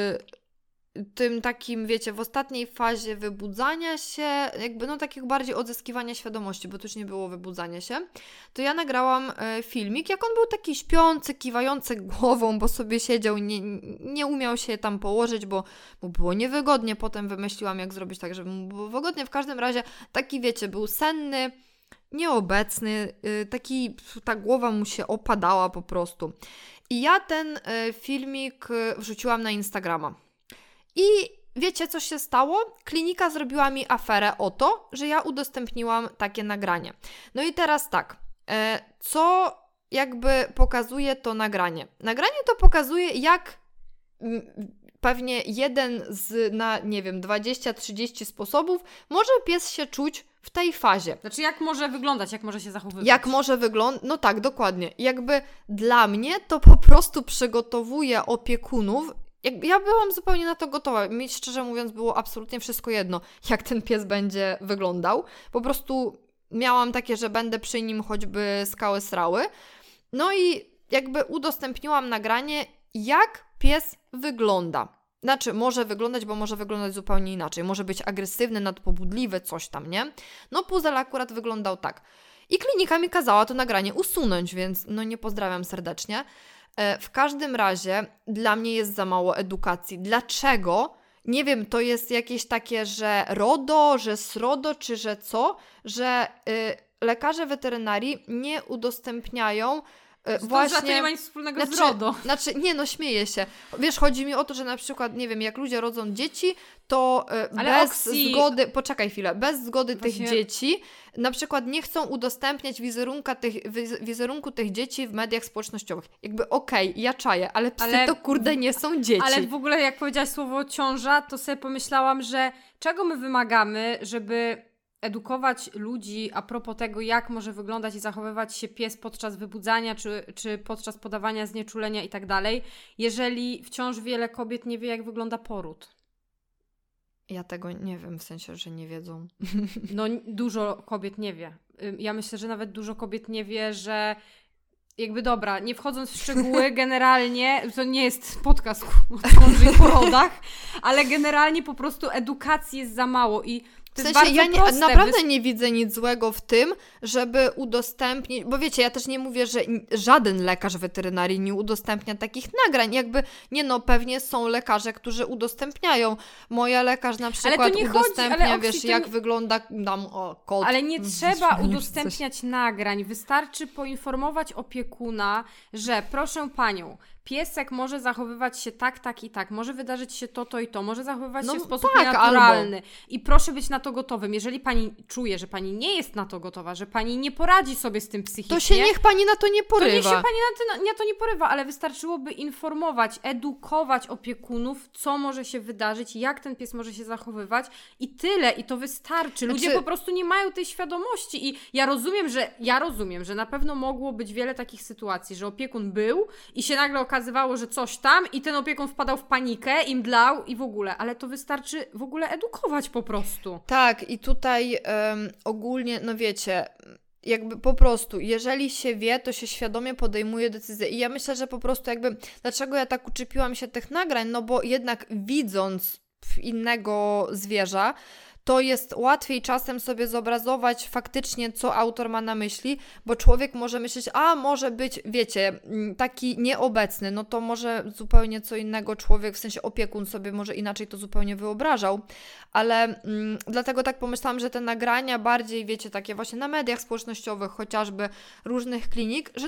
tym takim, wiecie, w ostatniej fazie wybudzania się, jakby no takich bardziej odzyskiwania świadomości, bo to już nie było wybudzania się, to ja nagrałam e, filmik, jak on był taki śpiący, kiwający głową, bo sobie siedział, nie, nie umiał się tam położyć, bo mu było niewygodnie, potem wymyśliłam, jak zrobić tak, żeby mu było wygodnie, w każdym razie taki, wiecie, był senny, nieobecny, y, taki, ta głowa mu się opadała po prostu. I ja ten y, filmik y, wrzuciłam na Instagrama. I wiecie, co się stało? Klinika zrobiła mi aferę o to, że ja udostępniłam takie nagranie. No i teraz tak, e, co jakby pokazuje to nagranie? Nagranie to pokazuje, jak m, pewnie jeden z na, nie wiem, dwadzieścia trzydzieści sposobów może pies się czuć w tej fazie. Znaczy, jak może wyglądać, jak może się zachowywać? Jak może wyglądać? No tak, dokładnie. Jakby dla mnie to po prostu przygotowuje opiekunów. Ja byłam zupełnie na to gotowa. Mi, szczerze mówiąc, było absolutnie wszystko jedno, jak ten pies będzie wyglądał. Po prostu miałam takie, że będę przy nim choćby skały srały. No i jakby udostępniłam nagranie, jak pies wygląda. Znaczy, może wyglądać, bo może wyglądać zupełnie inaczej. Może być agresywny, nadpobudliwy, coś tam, nie? No puzzle akurat wyglądał tak. I klinika mi kazała to nagranie usunąć, więc no nie pozdrawiam serdecznie. W każdym razie dla mnie jest za mało edukacji. Dlaczego? Nie wiem, to jest jakieś takie, że RODO, że SRODO, czy że co? Że y, lekarze weterynarii nie udostępniają y, właśnie... To, że to nie ma nic wspólnego znaczy, z RODO. Znaczy, nie no, śmieję się. Wiesz, chodzi mi o to, że na przykład, nie wiem, jak ludzie rodzą dzieci, to y, bez Oksi... zgody... Poczekaj chwilę. Bez zgody właśnie... tych dzieci na przykład nie chcą udostępniać wizerunka tych, wizerunku tych dzieci w mediach społecznościowych. Jakby okej, okay, ja czaję, ale psy ale, to kurde nie są dzieci. Ale w ogóle jak powiedziałaś słowo ciąża, to sobie pomyślałam, że czego my wymagamy, żeby edukować ludzi a propos tego, jak może wyglądać i zachowywać się pies podczas wybudzania, czy, czy podczas podawania znieczulenia i tak dalej, jeżeli wciąż wiele kobiet nie wie, jak wygląda poród. Ja tego nie wiem, w sensie, że nie wiedzą. No dużo kobiet nie wie. Ja myślę, że nawet dużo kobiet nie wie, że jakby dobra, nie wchodząc w szczegóły, generalnie, to nie jest podcast o ciąży i porodach, ale generalnie po prostu edukacji jest za mało i to w jest sensie bardzo ja proste. Nie, naprawdę nie widzę nic złego w tym, żeby udostępnić, bo wiecie, ja też nie mówię, że żaden lekarz weterynarii nie udostępnia takich nagrań, jakby, nie no, pewnie są lekarze, którzy udostępniają. Moja lekarz na przykład ale to nie udostępnia, chodzi, ale wiesz, jak nie... wygląda tam o, kot. Ale nie trzeba udostępniać coś. nagrań, wystarczy poinformować opiekuna, że proszę panią, piesek może zachowywać się tak, tak i tak, może wydarzyć się to, to i to, może zachowywać no się w sposób tak, nienaturalny albo... i proszę być na to gotowym. Jeżeli pani czuje, że pani nie jest na to gotowa, że pani nie poradzi sobie z tym psychicznie, to się niech pani na to nie porywa. To niech się pani na to, na to nie porywa, ale wystarczyłoby informować, edukować opiekunów, co może się wydarzyć, jak ten pies może się zachowywać i tyle, i to wystarczy. Ludzie znaczy... po prostu nie mają tej świadomości i ja rozumiem, że ja rozumiem, że na pewno mogło być wiele takich sytuacji, że opiekun był i się nagle okazywało, że coś tam i ten opiekun wpadał w panikę, im dlał i w ogóle, ale to wystarczy w ogóle edukować po prostu. Tak, i tutaj um, ogólnie, no wiecie, jakby po prostu, jeżeli się wie, to się świadomie podejmuje decyzję. I ja myślę, że po prostu jakby, dlaczego ja tak uczepiłam się tych nagrań, no bo jednak widząc innego zwierza, to jest łatwiej czasem sobie zobrazować faktycznie, co autor ma na myśli, bo człowiek może myśleć, a może być, wiecie, taki nieobecny, no to może zupełnie co innego człowiek, w sensie opiekun sobie może inaczej to zupełnie wyobrażał, ale mm, dlatego tak pomyślałam, że te nagrania bardziej, wiecie, takie właśnie na mediach społecznościowych, chociażby różnych klinik, że to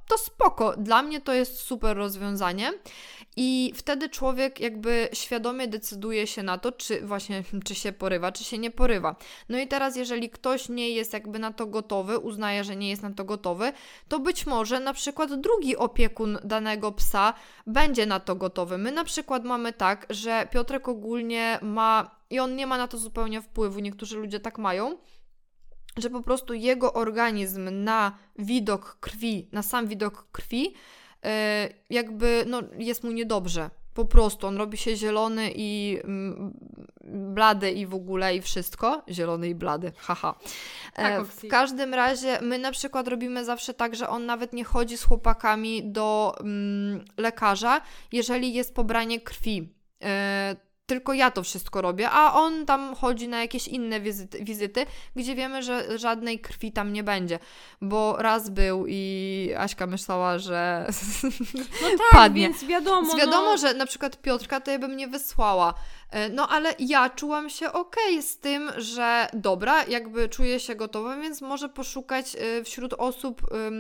to spoko. Dla mnie to jest super rozwiązanie i wtedy człowiek jakby świadomie decyduje się na to, czy właśnie, czy się porywa, czy się nie porywa. No i teraz, jeżeli ktoś nie jest jakby na to gotowy, uznaje, że nie jest na to gotowy, to być może na przykład drugi opiekun danego psa będzie na to gotowy. My na przykład mamy tak, że Piotrek ogólnie ma, i on nie ma na to zupełnie wpływu, niektórzy ludzie tak mają, że po prostu jego organizm na widok krwi, na sam widok krwi, yy, jakby no, jest mu niedobrze. Po prostu on robi się zielony i mm, blady i w ogóle i wszystko. Zielony i blady, haha. E, w każdym razie my na przykład robimy zawsze tak, że on nawet nie chodzi z chłopakami do mm, lekarza, jeżeli jest pobranie krwi. E, Tylko ja to wszystko robię, a on tam chodzi na jakieś inne wizyty, wizyty, gdzie wiemy, że żadnej krwi tam nie będzie. Bo raz był i Aśka myślała, że no tak, padnie. Więc wiadomo, wiadomo, no... że na przykład Piotrka to ja bym nie wysłała. No ale ja czułam się okej okay z tym, że dobra, jakby czuję się gotowa, więc może poszukać wśród osób,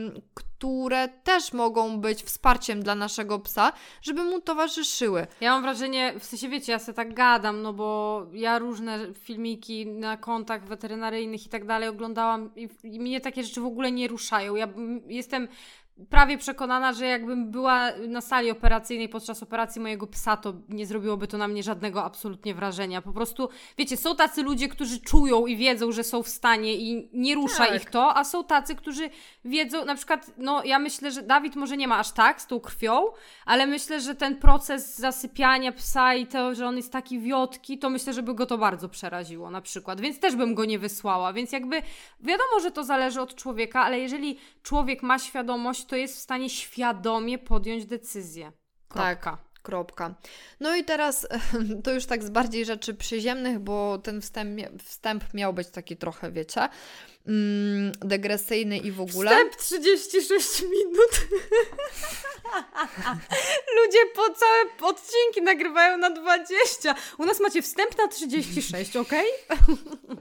które też mogą być wsparciem dla naszego psa, żeby mu towarzyszyły. Ja mam wrażenie, w sensie wiecie, ja sobie tak gadam, no bo ja różne filmiki na kontach weterynaryjnych i tak dalej oglądałam i, i mnie takie rzeczy w ogóle nie ruszają. Ja jestem prawie przekonana, że jakbym była na sali operacyjnej podczas operacji mojego psa, to nie zrobiłoby to na mnie żadnego absolutnie wrażenia. Po prostu, wiecie, są tacy ludzie, którzy czują i wiedzą, że są w stanie i nie rusza tak. ich to, a są tacy, którzy wiedzą, na przykład, no ja myślę, że Dawid może nie ma aż tak z tą krwią, ale myślę, że ten proces zasypiania psa i to, że on jest taki wiotki, to myślę, że by go to bardzo przeraziło na przykład, więc też bym go nie wysłała, więc jakby wiadomo, że to zależy od człowieka, ale jeżeli człowiek ma świadomość, to jest w stanie świadomie podjąć decyzję. Kropka. Tak, kropka. No i teraz to już tak z bardziej rzeczy przyziemnych, bo ten wstęp, wstęp miał być taki trochę, wiecie, mm, degresyjny i w ogóle. Wstęp trzydzieści sześć minut. Ludzie po całe odcinki nagrywają na dwadzieścia. U nas macie wstęp na trzydzieści sześć, okej? Okay?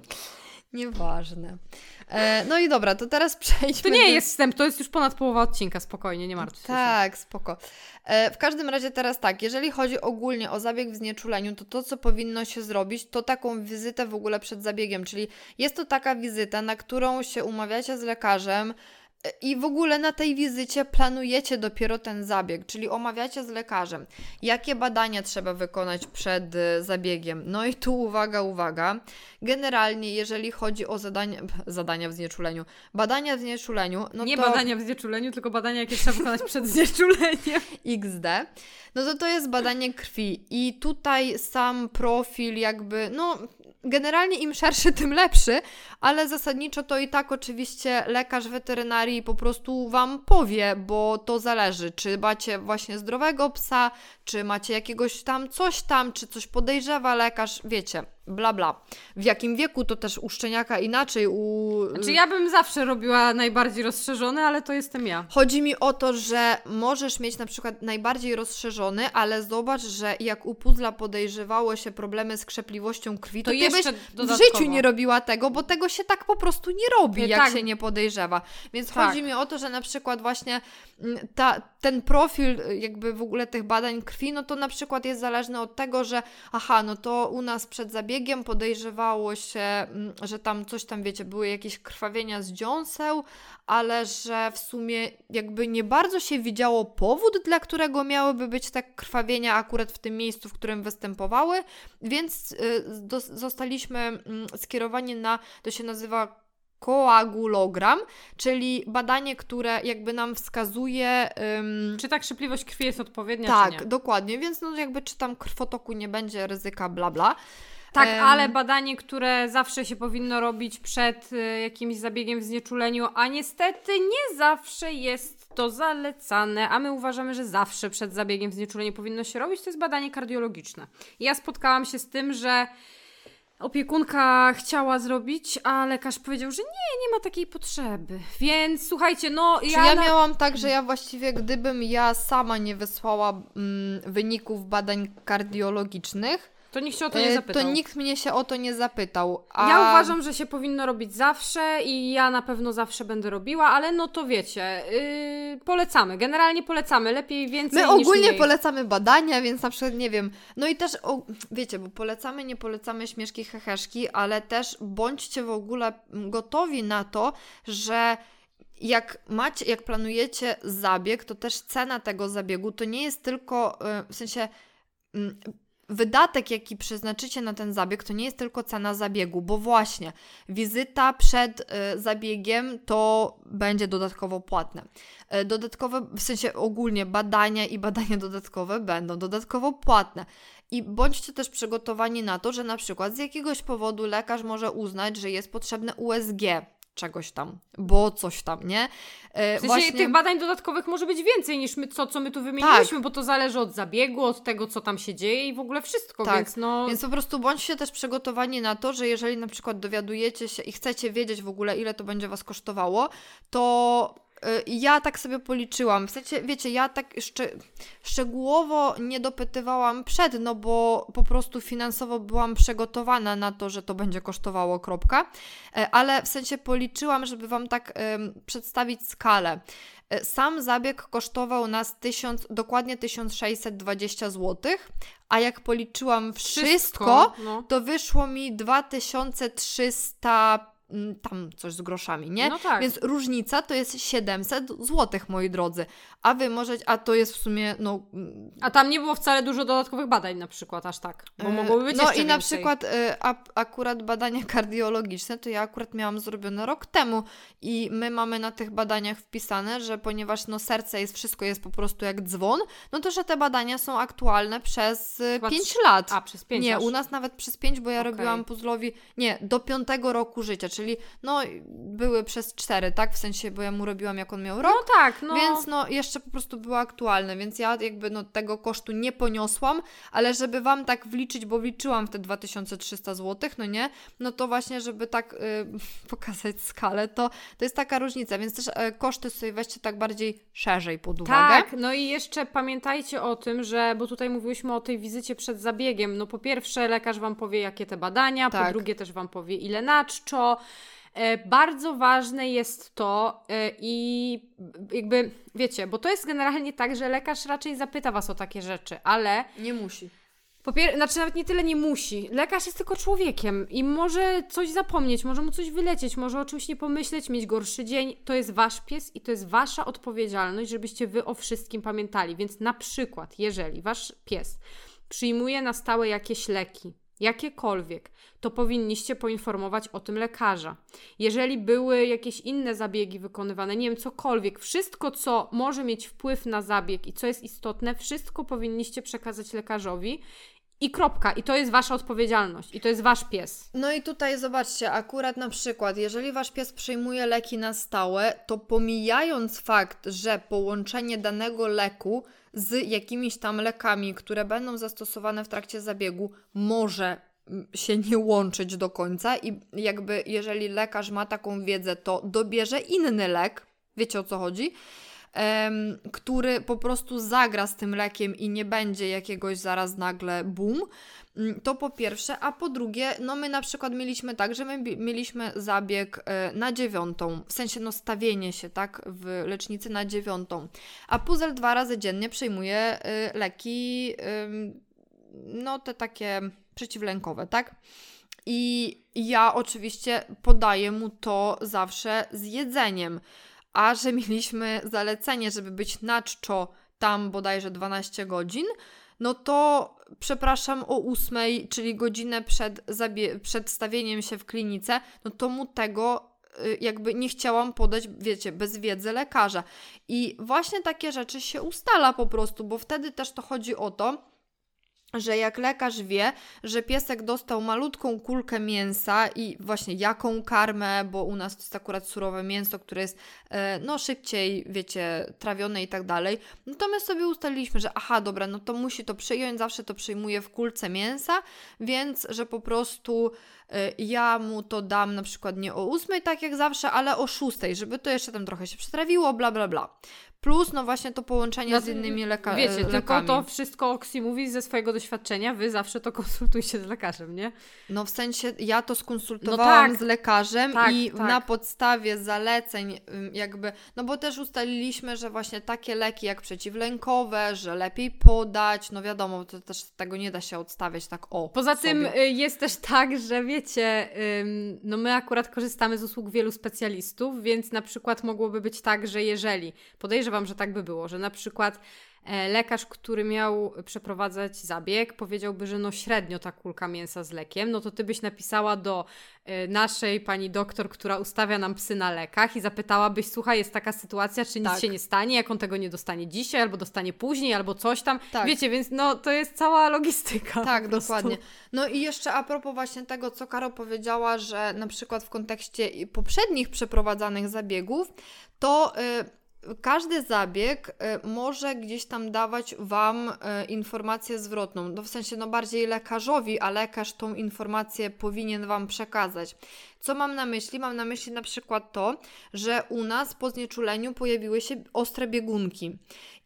Nieważne. E, no i dobra, to teraz przejdźmy... To nie do... jest wstęp, to jest już ponad połowa odcinka, spokojnie, nie martw się. Tak, spoko. E, w każdym razie teraz tak, jeżeli chodzi ogólnie o zabieg w znieczuleniu, to to, co powinno się zrobić, to taką wizytę w ogóle przed zabiegiem, czyli jest to taka wizyta, na którą się umawiacie z lekarzem, i w ogóle na tej wizycie planujecie dopiero ten zabieg, czyli omawiacie z lekarzem, jakie badania trzeba wykonać przed zabiegiem. No i tu uwaga, uwaga. Generalnie, jeżeli chodzi o zadania, zadania w znieczuleniu, badania w znieczuleniu, no Nie to... badania w znieczuleniu, tylko badania, jakie trzeba wykonać przed znieczuleniem. iks de. No to to jest badanie krwi i tutaj sam profil jakby, no... Generalnie im szerszy, tym lepszy, ale zasadniczo to i tak oczywiście lekarz weterynarii po prostu Wam powie, bo to zależy, czy macie właśnie zdrowego psa, czy macie jakiegoś tam coś tam, czy coś podejrzewa lekarz, wiecie, bla bla. W jakim wieku to też u szczeniaka inaczej, u... Znaczy ja bym zawsze robiła najbardziej rozszerzony, ale to jestem ja. Chodzi mi o to, że możesz mieć na przykład najbardziej rozszerzony, ale zobacz, że jak u puzla podejrzewało się problemy z krzepliwością krwi, to, to ty byś w życiu nie robiła tego, bo tego się tak po prostu nie robi, nie, jak tak. się nie podejrzewa. Więc tak. chodzi mi o to, że na przykład właśnie ta, ten profil jakby w ogóle tych badań krwi, no to na przykład jest zależny od tego, że aha, no to u nas przed zabiegiem podejrzewało się, że tam coś tam, wiecie, były jakieś krwawienia z dziąseł, ale że w sumie jakby nie bardzo się widziało powód, dla którego miałyby być te krwawienia akurat w tym miejscu, w którym występowały, więc y, do, zostaliśmy y, skierowani na, to się nazywa koagulogram, czyli badanie, które jakby nam wskazuje... Ym... Czy ta krzepliwość krwi jest odpowiednia, tak, czy nie? dokładnie, więc no jakby czy tam krwotoku nie będzie ryzyka, bla bla. Tak, um... ale badanie, które zawsze się powinno robić przed y, jakimś zabiegiem w znieczuleniu, a niestety nie zawsze jest to zalecane, a my uważamy, że zawsze przed zabiegiem w znieczuleniu powinno się robić, to jest badanie kardiologiczne. Ja spotkałam się z tym, że opiekunka chciała zrobić, a lekarz powiedział, że nie, nie ma takiej potrzeby. Więc słuchajcie, no Czy ja... ja na... miałam tak, że ja właściwie, gdybym ja sama nie wysłała mm, wyników badań kardiologicznych, To nikt się o to nie zapytał. To nikt mnie się o to nie zapytał. A... Ja uważam, że się powinno robić zawsze i ja na pewno zawsze będę robiła, ale no to wiecie, yy, polecamy, generalnie polecamy, lepiej więcej My niż ogólnie mniej. polecamy badania, więc na przykład nie wiem, no i też, o, wiecie, bo polecamy, nie polecamy śmieszki, heheszki, ale też bądźcie w ogóle gotowi na to, że jak macie, jak planujecie zabieg, to też cena tego zabiegu to nie jest tylko, w sensie wydatek, jaki przeznaczycie na ten zabieg, to nie jest tylko cena zabiegu, bo właśnie wizyta przed zabiegiem to będzie dodatkowo płatne. Dodatkowe, w sensie ogólnie badania i badania dodatkowe będą dodatkowo płatne. I bądźcie też przygotowani na to, że na przykład z jakiegoś powodu lekarz może uznać, że jest potrzebne U S G czegoś tam, bo coś tam, nie? E, w sensie właśnie... tych badań dodatkowych może być więcej niż my, co, co my tu wymieniliśmy, tak. Bo to zależy od zabiegu, od tego, co tam się dzieje i w ogóle wszystko, tak. więc no... Więc po prostu bądźcie też przygotowani na to, że jeżeli na przykład dowiadujecie się i chcecie wiedzieć w ogóle, ile to będzie Was kosztowało, to... Ja tak sobie policzyłam, w sensie, wiecie, ja tak szcz- szczegółowo nie dopytywałam przed, no bo po prostu finansowo byłam przygotowana na to, że to będzie kosztowało, kropka, ale w sensie policzyłam, żeby Wam tak um, przedstawić skalę. Sam zabieg kosztował nas tysiąc, dokładnie tysiąc sześćset dwadzieścia złotych, a jak policzyłam wszystko, wszystko no. to wyszło mi dwa tysiące trzysta tam coś z groszami, nie? No tak. Więc różnica to jest siedemset złotych, moi drodzy. A wy możecie, a to jest w sumie, no... A tam nie było wcale dużo dodatkowych badań na przykład, aż tak, bo mogłoby być no jeszcze i na więcej. przykład y, a, akurat badania kardiologiczne, to ja akurat miałam zrobione rok temu i my mamy na tych badaniach wpisane, że ponieważ no serce jest, wszystko jest po prostu jak dzwon, no to, że te badania są aktualne przez pięć lat. A, przez pięć Nie, aż. u nas nawet przez pięć, bo ja okay. robiłam puzzlowi, nie, do piątego roku życia, czyli no były przez cztery, tak? W sensie, bo ja mu robiłam, jak on miał rok. No tak, no. Więc no jeszcze po prostu były aktualne, więc ja jakby no tego kosztu nie poniosłam, ale żeby Wam tak wliczyć, bo wliczyłam w te dwa tysiące trzysta złotych, no nie? No to właśnie, żeby tak y, pokazać skalę, to, to jest taka różnica, więc też y, koszty sobie weźcie tak bardziej szerzej pod uwagę. Tak, no i jeszcze pamiętajcie o tym, że, bo tutaj mówiłyśmy o tej wizycie przed zabiegiem, no po pierwsze lekarz Wam powie, jakie te badania, tak. Po drugie też Wam powie, ile na czczo. Bardzo ważne jest to i jakby, wiecie, bo to jest generalnie tak, że lekarz raczej zapyta Was o takie rzeczy, ale... Nie musi. Po pier- znaczy nawet nie tyle nie musi. Lekarz jest tylko człowiekiem i może coś zapomnieć, może mu coś wylecieć, może o czymś nie pomyśleć, mieć gorszy dzień. To jest Wasz pies i to jest Wasza odpowiedzialność, żebyście Wy o wszystkim pamiętali. Więc na przykład, jeżeli Wasz pies przyjmuje na stałe jakieś leki, jakiekolwiek, to powinniście poinformować o tym lekarza. Jeżeli były jakieś inne zabiegi wykonywane, nie wiem, cokolwiek, wszystko, co może mieć wpływ na zabieg i co jest istotne, wszystko powinniście przekazać lekarzowi i kropka. I to jest Wasza odpowiedzialność. I to jest Wasz pies. No i tutaj zobaczcie, akurat na przykład, jeżeli Wasz pies przyjmuje leki na stałe, to pomijając fakt, że połączenie danego leku z jakimiś tam lekami, które będą zastosowane w trakcie zabiegu, może się nie łączyć do końca i jakby jeżeli lekarz ma taką wiedzę, to dobierze inny lek, wiecie o co chodzi, um, który po prostu zagra z tym lekiem i nie będzie jakiegoś zaraz nagle boom, to po pierwsze, a po drugie, no my na przykład mieliśmy tak, że my mieliśmy zabieg na dziewiątą, w sensie no stawienie się, tak, w lecznicy na dziewiątą, a Puzel dwa razy dziennie przyjmuje y, leki, y, no te takie przeciwlękowe, tak? I ja oczywiście podaję mu to zawsze z jedzeniem, a że mieliśmy zalecenie, żeby być na czczo tam bodajże dwanaście godzin, no to przepraszam o ósmej, czyli godzinę przed, zabie- przed stawieniem się w klinice, no to mu tego jakby nie chciałam podać, wiecie, bez wiedzy lekarza. I właśnie takie rzeczy się ustala po prostu, bo wtedy też to chodzi o to, że jak lekarz wie, że piesek dostał malutką kulkę mięsa i właśnie jaką karmę, bo u nas to jest akurat surowe mięso, które jest no szybciej, wiecie, trawione i tak dalej, no to my sobie ustaliliśmy, że aha, dobra, no to musi to przyjąć, zawsze to przyjmuje w kulce mięsa, więc, że po prostu ja mu to dam na przykład nie o ósmej, tak jak zawsze, ale o szóstej, żeby to jeszcze tam trochę się przetrawiło, bla, bla, bla. plus no właśnie to połączenie no, z innymi leka- wiecie, lekami. Tylko to wszystko Oksi mówi ze swojego doświadczenia, wy zawsze to konsultujcie z lekarzem, nie? No w sensie ja to skonsultowałam no tak, z lekarzem tak, i tak. na podstawie zaleceń jakby, no bo też ustaliliśmy, że właśnie takie leki jak przeciwlękowe, że lepiej podać, no wiadomo, to też tego nie da się odstawiać tak o Poza sobie. tym jest też tak, że wiecie, no my akurat korzystamy z usług wielu specjalistów, więc na przykład mogłoby być tak, że jeżeli, podejrzewam, że tak by było, że na przykład lekarz, który miał przeprowadzać zabieg, powiedziałby, że no średnio ta kulka mięsa z lekiem, no to ty byś napisała do naszej pani doktor, która ustawia nam psy na lekach i zapytałabyś, słuchaj, jest taka sytuacja, czy nic tak. się nie stanie, jak on tego nie dostanie dzisiaj, albo dostanie później, albo coś tam. Tak. Wiecie, więc no to jest cała logistyka. Tak, dokładnie. No i jeszcze a propos właśnie tego, co Karo powiedziała, że na przykład w kontekście poprzednich przeprowadzanych zabiegów, to y, każdy zabieg y, może gdzieś tam dawać Wam y, informację zwrotną. No w sensie no bardziej lekarzowi, a lekarz tą informację powinien Wam przekazać. Co mam na myśli? Mam na myśli na przykład to, że u nas po znieczuleniu pojawiły się ostre biegunki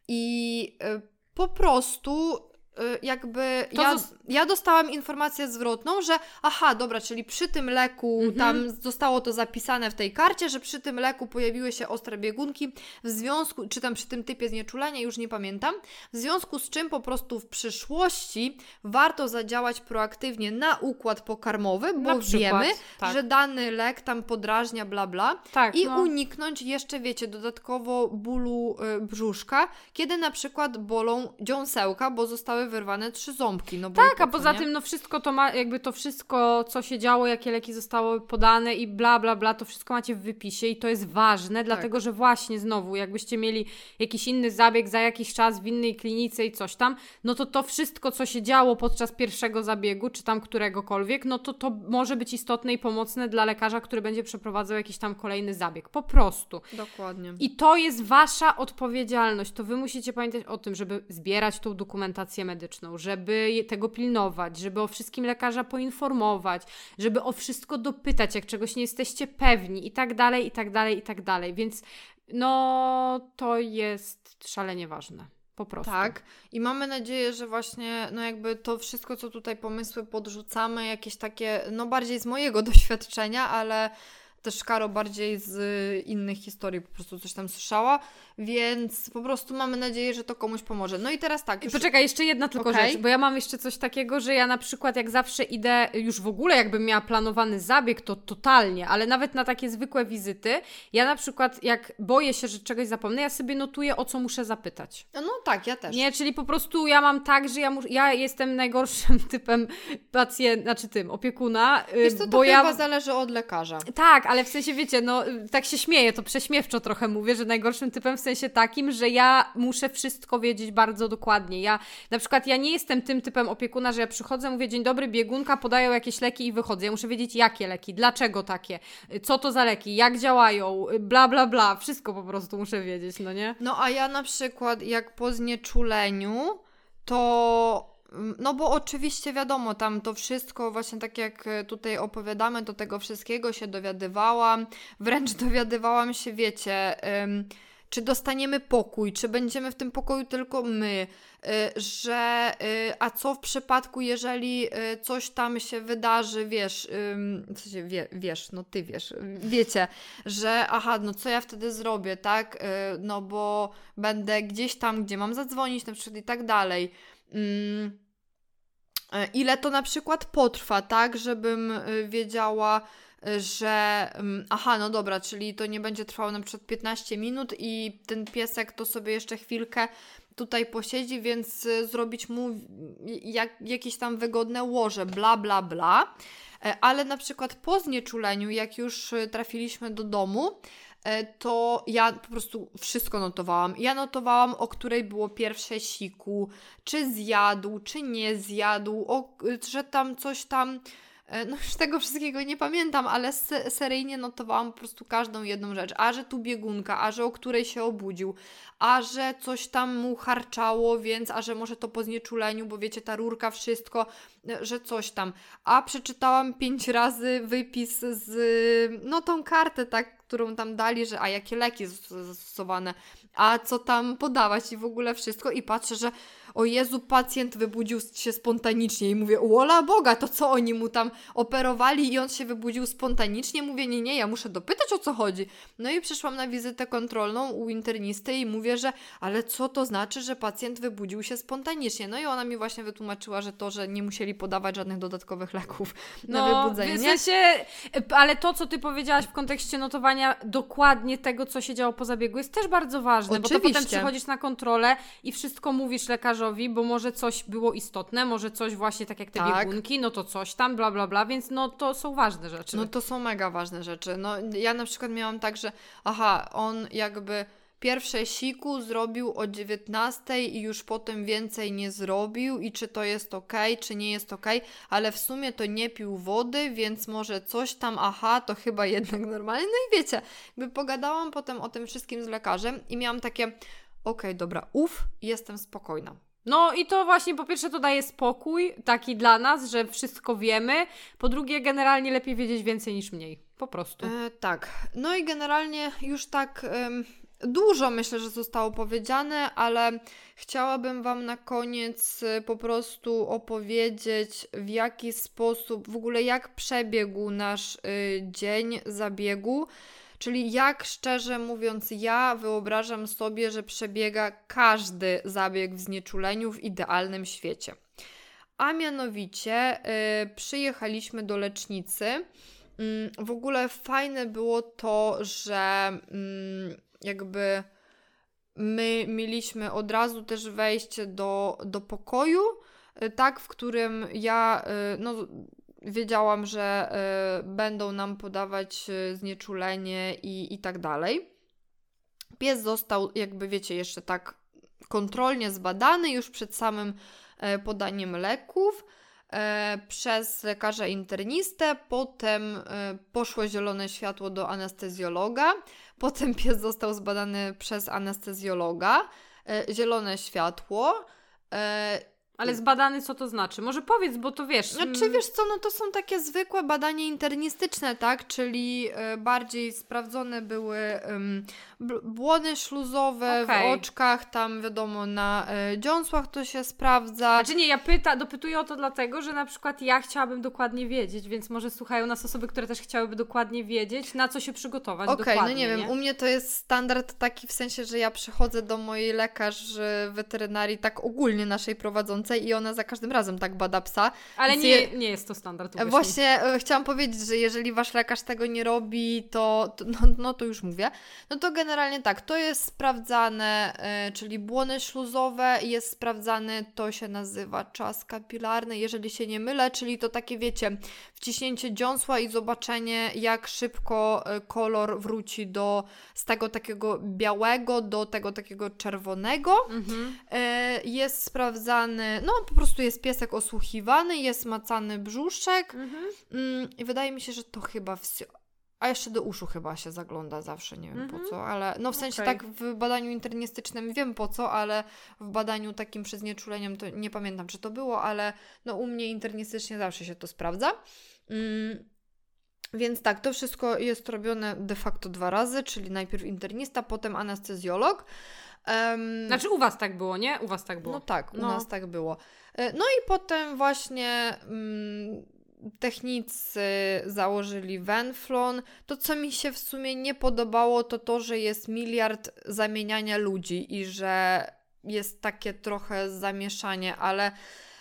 i y, po prostu jakby ja, z... ja dostałam informację zwrotną, że aha, dobra, czyli przy tym leku, mhm. tam zostało to zapisane w tej karcie, że przy tym leku pojawiły się ostre biegunki, w związku, czy tam przy tym typie znieczulenia, już nie pamiętam, w związku z czym po prostu w przyszłości warto zadziałać proaktywnie na układ pokarmowy, bo na przykład, wiemy, tak. że dany lek tam podrażnia, bla bla, tak, i no. uniknąć jeszcze, wiecie, dodatkowo bólu y, brzuszka, kiedy na przykład bolą dziąsełka, bo zostały wyrwane trzy ząbki. No bo tak, a poza tym no wszystko to ma, jakby to wszystko, co się działo, jakie leki zostały podane i bla, bla, bla, to wszystko macie w wypisie i to jest ważne, tak. dlatego, że właśnie znowu, jakbyście mieli jakiś inny zabieg za jakiś czas w innej klinice i coś tam, no to to wszystko, co się działo podczas pierwszego zabiegu, czy tam któregokolwiek, no to to może być istotne i pomocne dla lekarza, który będzie przeprowadzał jakiś tam kolejny zabieg. Po prostu. Dokładnie. I to jest wasza odpowiedzialność. To wy musicie pamiętać o tym, żeby zbierać tą dokumentację medyczną, żeby tego pilnować, żeby o wszystkim lekarza poinformować, żeby o wszystko dopytać, jak czegoś nie jesteście pewni i tak dalej, i tak dalej, i tak dalej. Więc no to jest szalenie ważne. Po prostu. Tak. I mamy nadzieję, że właśnie no jakby to wszystko, co tutaj pomysły podrzucamy, jakieś takie, no bardziej z mojego doświadczenia, ale też Karo bardziej z innych historii po prostu coś tam słyszała, więc po prostu mamy nadzieję, że to komuś pomoże. No i teraz tak. Już... Poczekaj, jeszcze jedna tylko okay. rzecz, bo ja mam jeszcze coś takiego, że ja na przykład jak zawsze idę, już w ogóle jakbym miała planowany zabieg, to totalnie, ale nawet na takie zwykłe wizyty, ja na przykład jak boję się, że czegoś zapomnę, ja sobie notuję, o co muszę zapytać. No, no tak, ja też. Nie, czyli po prostu ja mam tak, że ja, mus- ja jestem najgorszym typem pacjenta, znaczy tym, opiekuna. Wiesz co, to bo chyba ja... zależy od lekarza. Tak, ale w sensie wiecie, no tak się śmieję, to prześmiewczo trochę mówię, że najgorszym typem w sensie takim, że ja muszę wszystko wiedzieć bardzo dokładnie. Ja na przykład ja nie jestem tym typem opiekuna, że ja przychodzę, mówię dzień dobry, biegunka, podają jakieś leki i wychodzę. Ja muszę wiedzieć jakie leki, dlaczego takie, co to za leki, jak działają, bla bla bla, wszystko po prostu muszę wiedzieć, no nie? No a ja na przykład jak po znieczuleniu, to... No bo oczywiście wiadomo, tam to wszystko, właśnie tak jak tutaj opowiadamy, to tego wszystkiego się dowiadywałam, wręcz dowiadywałam się, wiecie, ym, czy dostaniemy pokój, czy będziemy w tym pokoju tylko my, y, że y, a co w przypadku, jeżeli y, coś tam się wydarzy, wiesz, y, w sensie, wie, wiesz, no ty wiesz, wiecie, że aha, no co ja wtedy zrobię, tak, y, no bo będę gdzieś tam, gdzie mam zadzwonić na przykład i tak dalej. Ile to na przykład potrwa, tak, żebym wiedziała, że aha, no dobra, czyli to nie będzie trwało na przykład piętnaście minut i ten piesek to sobie jeszcze chwilkę tutaj posiedzi, więc zrobić mu jak, jakieś tam wygodne łoże, bla, bla, bla. Ale na przykład po znieczuleniu, jak już trafiliśmy do domu, to ja po prostu wszystko notowałam. Ja notowałam, o której było pierwsze siku, czy zjadł, czy nie zjadł, o, że tam coś tam no już tego wszystkiego nie pamiętam, ale seryjnie notowałam po prostu każdą jedną rzecz. A że tu biegunka, a że o której się obudził, a że coś tam mu harczało, więc a że może to po znieczuleniu, bo wiecie, ta rurka, wszystko, że coś tam. A przeczytałam pięć razy wypis z, no tą kartę, tak, którą tam dali, że a jakie leki zastosowane, a co tam podawać i w ogóle wszystko i patrzę, że o Jezu, pacjent wybudził się spontanicznie i mówię, wola Boga, to co oni mu tam operowali i on się wybudził spontanicznie? Mówię, nie, nie, ja muszę dopytać, o co chodzi. No i przyszłam na wizytę kontrolną u internisty i mówię, że ale co to znaczy, że pacjent wybudził się spontanicznie? No i ona mi właśnie wytłumaczyła, że to, że nie musieli podawać żadnych dodatkowych leków no, na wybudzenie. W sensie, ale to, co Ty powiedziałaś w kontekście notowania dokładnie tego, co się działo po zabiegu, jest też bardzo ważne, Oczywiście. Bo to potem przychodzisz na kontrolę i wszystko mówisz lekarzowi, bo może coś było istotne, może coś właśnie tak jak te tak. biegunki, no to coś tam, bla, bla, bla, więc no to są ważne rzeczy. No to są mega ważne rzeczy. No ja na przykład miałam tak, że aha, on jakby pierwsze siku zrobił o dziewiętnastej i już potem więcej nie zrobił i czy to jest okej, czy nie jest okej, ale w sumie to nie pił wody, więc może coś tam, aha, to chyba jednak normalnie. No i wiecie, jakby pogadałam potem o tym wszystkim z lekarzem i miałam takie, okej, dobra, uf, jestem spokojna. No i to właśnie po pierwsze to daje spokój taki dla nas, że wszystko wiemy, po drugie generalnie lepiej wiedzieć więcej niż mniej, po prostu. E, tak, no i generalnie już tak ym, dużo myślę, że zostało powiedziane, ale chciałabym Wam na koniec y, po prostu opowiedzieć w jaki sposób, w ogóle jak przebiegł nasz y, dzień zabiegu. Czyli jak szczerze mówiąc ja wyobrażam sobie, że przebiega każdy zabieg w znieczuleniu w idealnym świecie. A mianowicie yy, przyjechaliśmy do lecznicy. Yy, w ogóle fajne było to, że yy, jakby my mieliśmy od razu też wejście do, do pokoju, yy, tak, w którym ja yy, no wiedziałam, że y, będą nam podawać y, znieczulenie i, i tak dalej. Pies został, jakby wiecie, jeszcze tak kontrolnie zbadany już przed samym y, podaniem leków y, przez lekarza internistę. Potem y, poszło zielone światło do anestezjologa. Potem pies został zbadany przez anestezjologa. Y, zielone światło. Y, Ale zbadany co to znaczy? Może powiedz, bo to wiesz... Znaczy wiesz co, no to są takie zwykłe badania internistyczne, tak? Czyli y, bardziej sprawdzone były y, błony śluzowe okay. w oczkach, tam wiadomo na y, dziąsłach to się sprawdza. Znaczy nie, ja pyta, dopytuję o to dlatego, że na przykład ja chciałabym dokładnie wiedzieć, więc może słuchają nas osoby, które też chciałyby dokładnie wiedzieć, na co się przygotować okay, dokładnie. Okej, no nie, nie wiem, u mnie to jest standard taki w sensie, że ja przychodzę do mojej lekarz weterynarii, tak ogólnie naszej prowadzącej, i ona za każdym razem tak bada psa. Ale nie, je... nie jest to standard. Uwierz Właśnie mi. Chciałam powiedzieć, że jeżeli wasz lekarz tego nie robi, to, to no, no to już mówię. No to generalnie tak, to jest sprawdzane, yy, czyli błony śluzowe jest sprawdzany, to się nazywa czas kapilarny, jeżeli się nie mylę, czyli to takie wiecie, wciśnięcie dziąsła i zobaczenie jak szybko yy, kolor wróci do z tego takiego białego do tego takiego czerwonego. Mhm. Yy, jest sprawdzany no po prostu jest piesek osłuchiwany, jest macany brzuszek mhm. mm, i wydaje mi się, że to chyba wsi- a jeszcze do uszu chyba się zagląda zawsze, nie wiem mhm. po co, ale no w sensie okay. tak w badaniu internistycznym wiem po co, ale w badaniu takim przez znieczuleniem to nie pamiętam, czy to było, ale no u mnie internistycznie zawsze się to sprawdza. Mm. Więc tak, to wszystko jest robione de facto dwa razy, czyli najpierw internista, potem anestezjolog. Um, znaczy u Was tak było, nie? U Was tak było. No tak, u no. nas tak było. No i potem właśnie um, technicy założyli Venflon. To, co mi się w sumie nie podobało, to to, że jest miliard zamieniania ludzi i że jest takie trochę zamieszanie, ale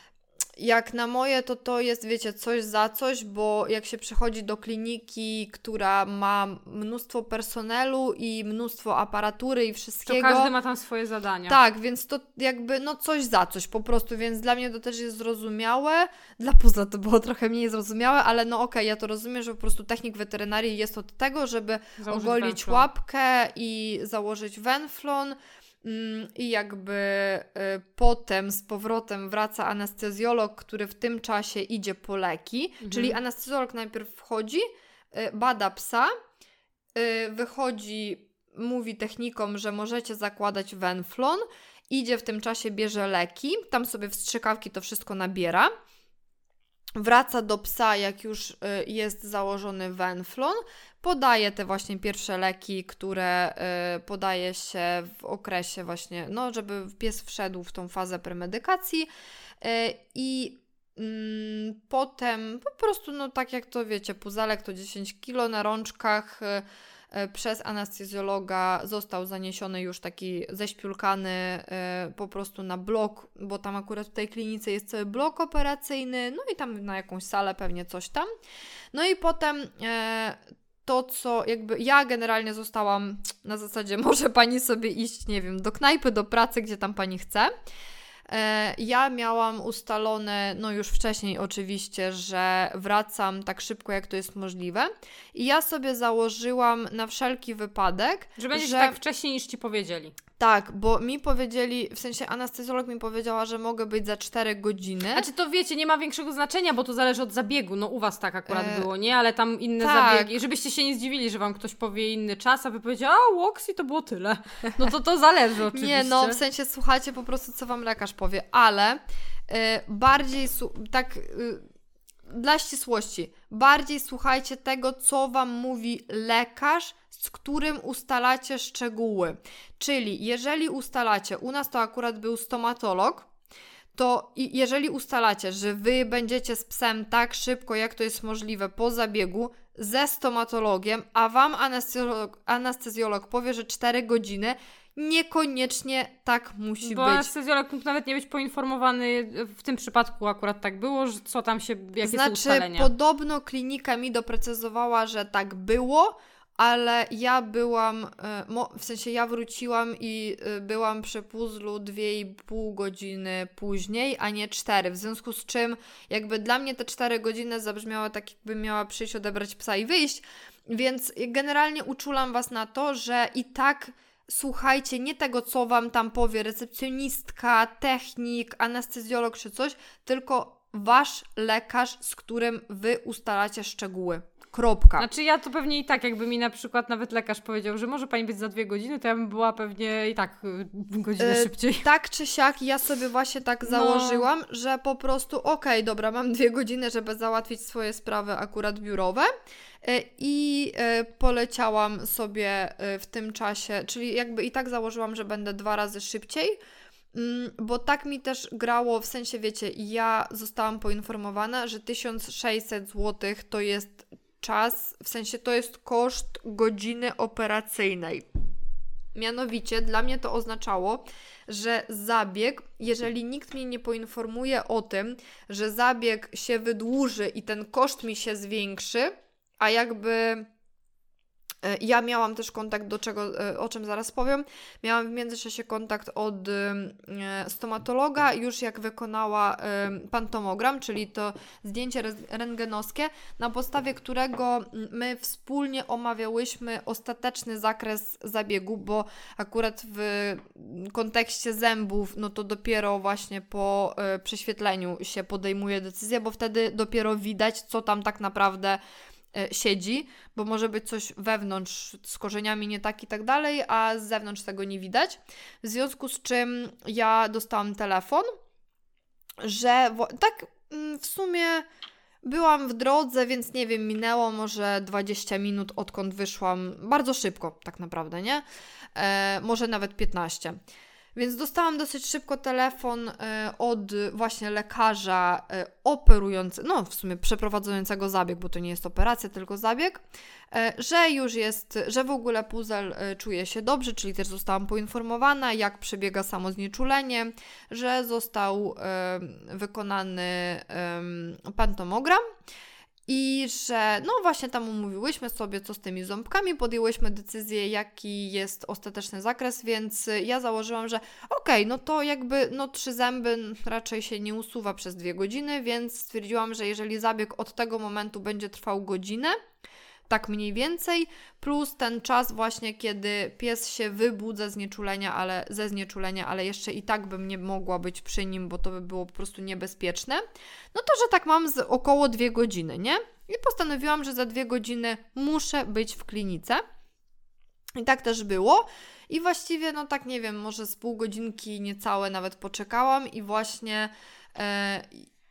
jak na moje, to to jest, wiecie, coś za coś, bo jak się przychodzi do kliniki, która ma mnóstwo personelu i mnóstwo aparatury i wszystkiego. To każdy ma tam swoje zadania. Tak, więc to jakby, no coś za coś po prostu, więc dla mnie to też jest zrozumiałe. Dla puzla to było trochę mniej zrozumiałe, ale no okej, okay, ja to rozumiem, że po prostu technik weterynarii jest od tego, żeby założyć ogolić Venflon. Łapkę i założyć Venflon. i jakby y, potem z powrotem wraca anestezjolog, który w tym czasie idzie po leki, mhm. czyli anestezjolog najpierw wchodzi, y, bada psa, y, wychodzi, mówi technikom, że możecie zakładać Venflon, idzie w tym czasie, bierze leki, tam sobie w strzykawki to wszystko nabiera, wraca do psa, jak już y, jest założony Venflon, podaje te właśnie pierwsze leki, które y, podaje się w okresie właśnie, no żeby pies wszedł w tą fazę premedykacji y, i y, potem po prostu, no tak jak to wiecie, puzelek to dziesięć kilo na rączkach, y, przez anestezjologa został zaniesiony już taki ześpiulkany y, po prostu na blok, bo tam akurat w tej klinice jest cały blok operacyjny, no i tam na jakąś salę pewnie coś tam. No i potem y, to, co jakby ja generalnie zostałam na zasadzie, może pani sobie iść, nie wiem, do knajpy, do pracy, gdzie tam pani chce. Ja miałam ustalone, no już wcześniej oczywiście, że wracam tak szybko, jak to jest możliwe i ja sobie założyłam na wszelki wypadek, że będziesz że... tak wcześniej niż Ci powiedzieli. Tak, bo mi powiedzieli, w sensie anestezjolog mi powiedziała, że mogę być za cztery godziny. Znaczy to wiecie, nie ma większego znaczenia, bo to zależy od zabiegu, no u Was tak akurat e... było, nie? Ale tam inne tak. zabiegi, żebyście się nie zdziwili, że Wam ktoś powie inny czas, a Wy powiedzieli, a Łoksi to było tyle. No to to zależy oczywiście. Nie, no w sensie słuchajcie po prostu, co Wam lekarz powie, ale y, bardziej, su- tak y, dla ścisłości, bardziej słuchajcie tego, co Wam mówi lekarz, z którym ustalacie szczegóły. Czyli jeżeli ustalacie, u nas to akurat był stomatolog, to jeżeli ustalacie, że Wy będziecie z psem tak szybko, jak to jest możliwe po zabiegu, ze stomatologiem, a Wam anestezjolog, anestezjolog powie, że cztery godziny, niekoniecznie tak musi Bo być. Bo anestezjolog mógł nawet nie być poinformowany, w tym przypadku akurat tak było, że co tam się, jakie znaczy, są ustalenia. Podobno klinika mi doprecyzowała, że tak było, ale ja byłam, w sensie ja wróciłam i byłam przy puzzlu dwie i pół godziny później, a nie cztery, w związku z czym jakby dla mnie te cztery godziny zabrzmiały tak, jakbym miała przyjść, odebrać psa i wyjść, więc generalnie uczulam Was na to, że i tak słuchajcie nie tego, co Wam tam powie recepcjonistka, technik, anestezjolog czy coś, tylko Wasz lekarz, z którym Wy ustalacie szczegóły. Kropka. Znaczy ja to pewnie i tak, jakby mi na przykład nawet lekarz powiedział, że może Pani być za dwie godziny, to ja bym była pewnie i tak godzinę yy, szybciej. Tak czy siak, ja sobie właśnie tak no. założyłam, że po prostu okej, okay, dobra, mam dwie godziny, żeby załatwić swoje sprawy akurat biurowe yy, i yy, poleciałam sobie yy, w tym czasie, czyli jakby i tak założyłam, że będę dwa razy szybciej, bo tak mi też grało, w sensie wiecie, ja zostałam poinformowana, że tysiąc sześćset złotych to jest czas, w sensie to jest koszt godziny operacyjnej. Mianowicie dla mnie to oznaczało, że zabieg, jeżeli nikt mnie nie poinformuje o tym, że zabieg się wydłuży i ten koszt mi się zwiększy, a jakby ja miałam też kontakt, do czego, o czym zaraz powiem, miałam w międzyczasie kontakt od stomatologa, już jak wykonała pantomogram, czyli to zdjęcie rentgenowskie, na podstawie którego my wspólnie omawiałyśmy ostateczny zakres zabiegu, bo akurat w kontekście zębów, no to dopiero właśnie po prześwietleniu się podejmuje decyzja, bo wtedy dopiero widać, co tam tak naprawdę siedzi, bo może być coś wewnątrz z korzeniami nie tak i tak dalej, a z zewnątrz tego nie widać. W związku z czym ja dostałam telefon, że wo- tak w sumie byłam w drodze, więc nie wiem, minęło może dwadzieścia minut, odkąd wyszłam, bardzo szybko tak naprawdę, nie? E, może nawet piętnaście. Więc dostałam dosyć szybko telefon y, od właśnie lekarza y, operującego, no w sumie przeprowadzającego zabieg, bo to nie jest operacja, tylko zabieg, y, że już jest, że w ogóle puzel y, czuje się dobrze, czyli też zostałam poinformowana, jak przebiega samo znieczulenie, że został y, wykonany y, pantomogram. I że no właśnie tam umówiłyśmy sobie, co z tymi ząbkami, podjęłyśmy decyzję, jaki jest ostateczny zakres, więc ja założyłam, że okej, okay, no to jakby no trzy zęby raczej się nie usuwa przez dwie godziny, więc stwierdziłam, że jeżeli zabieg od tego momentu będzie trwał godzinę, tak mniej więcej, plus ten czas właśnie, kiedy pies się wybudza z nieczulenia, ale ze znieczulenia, ale jeszcze i tak bym nie mogła być przy nim, bo to by było po prostu niebezpieczne, no to, że tak mam z około dwie godziny, nie? I postanowiłam, że za dwie godziny muszę być w klinice. I tak też było. I właściwie, no tak nie wiem, może z pół godzinki niecałe nawet poczekałam i właśnie... E,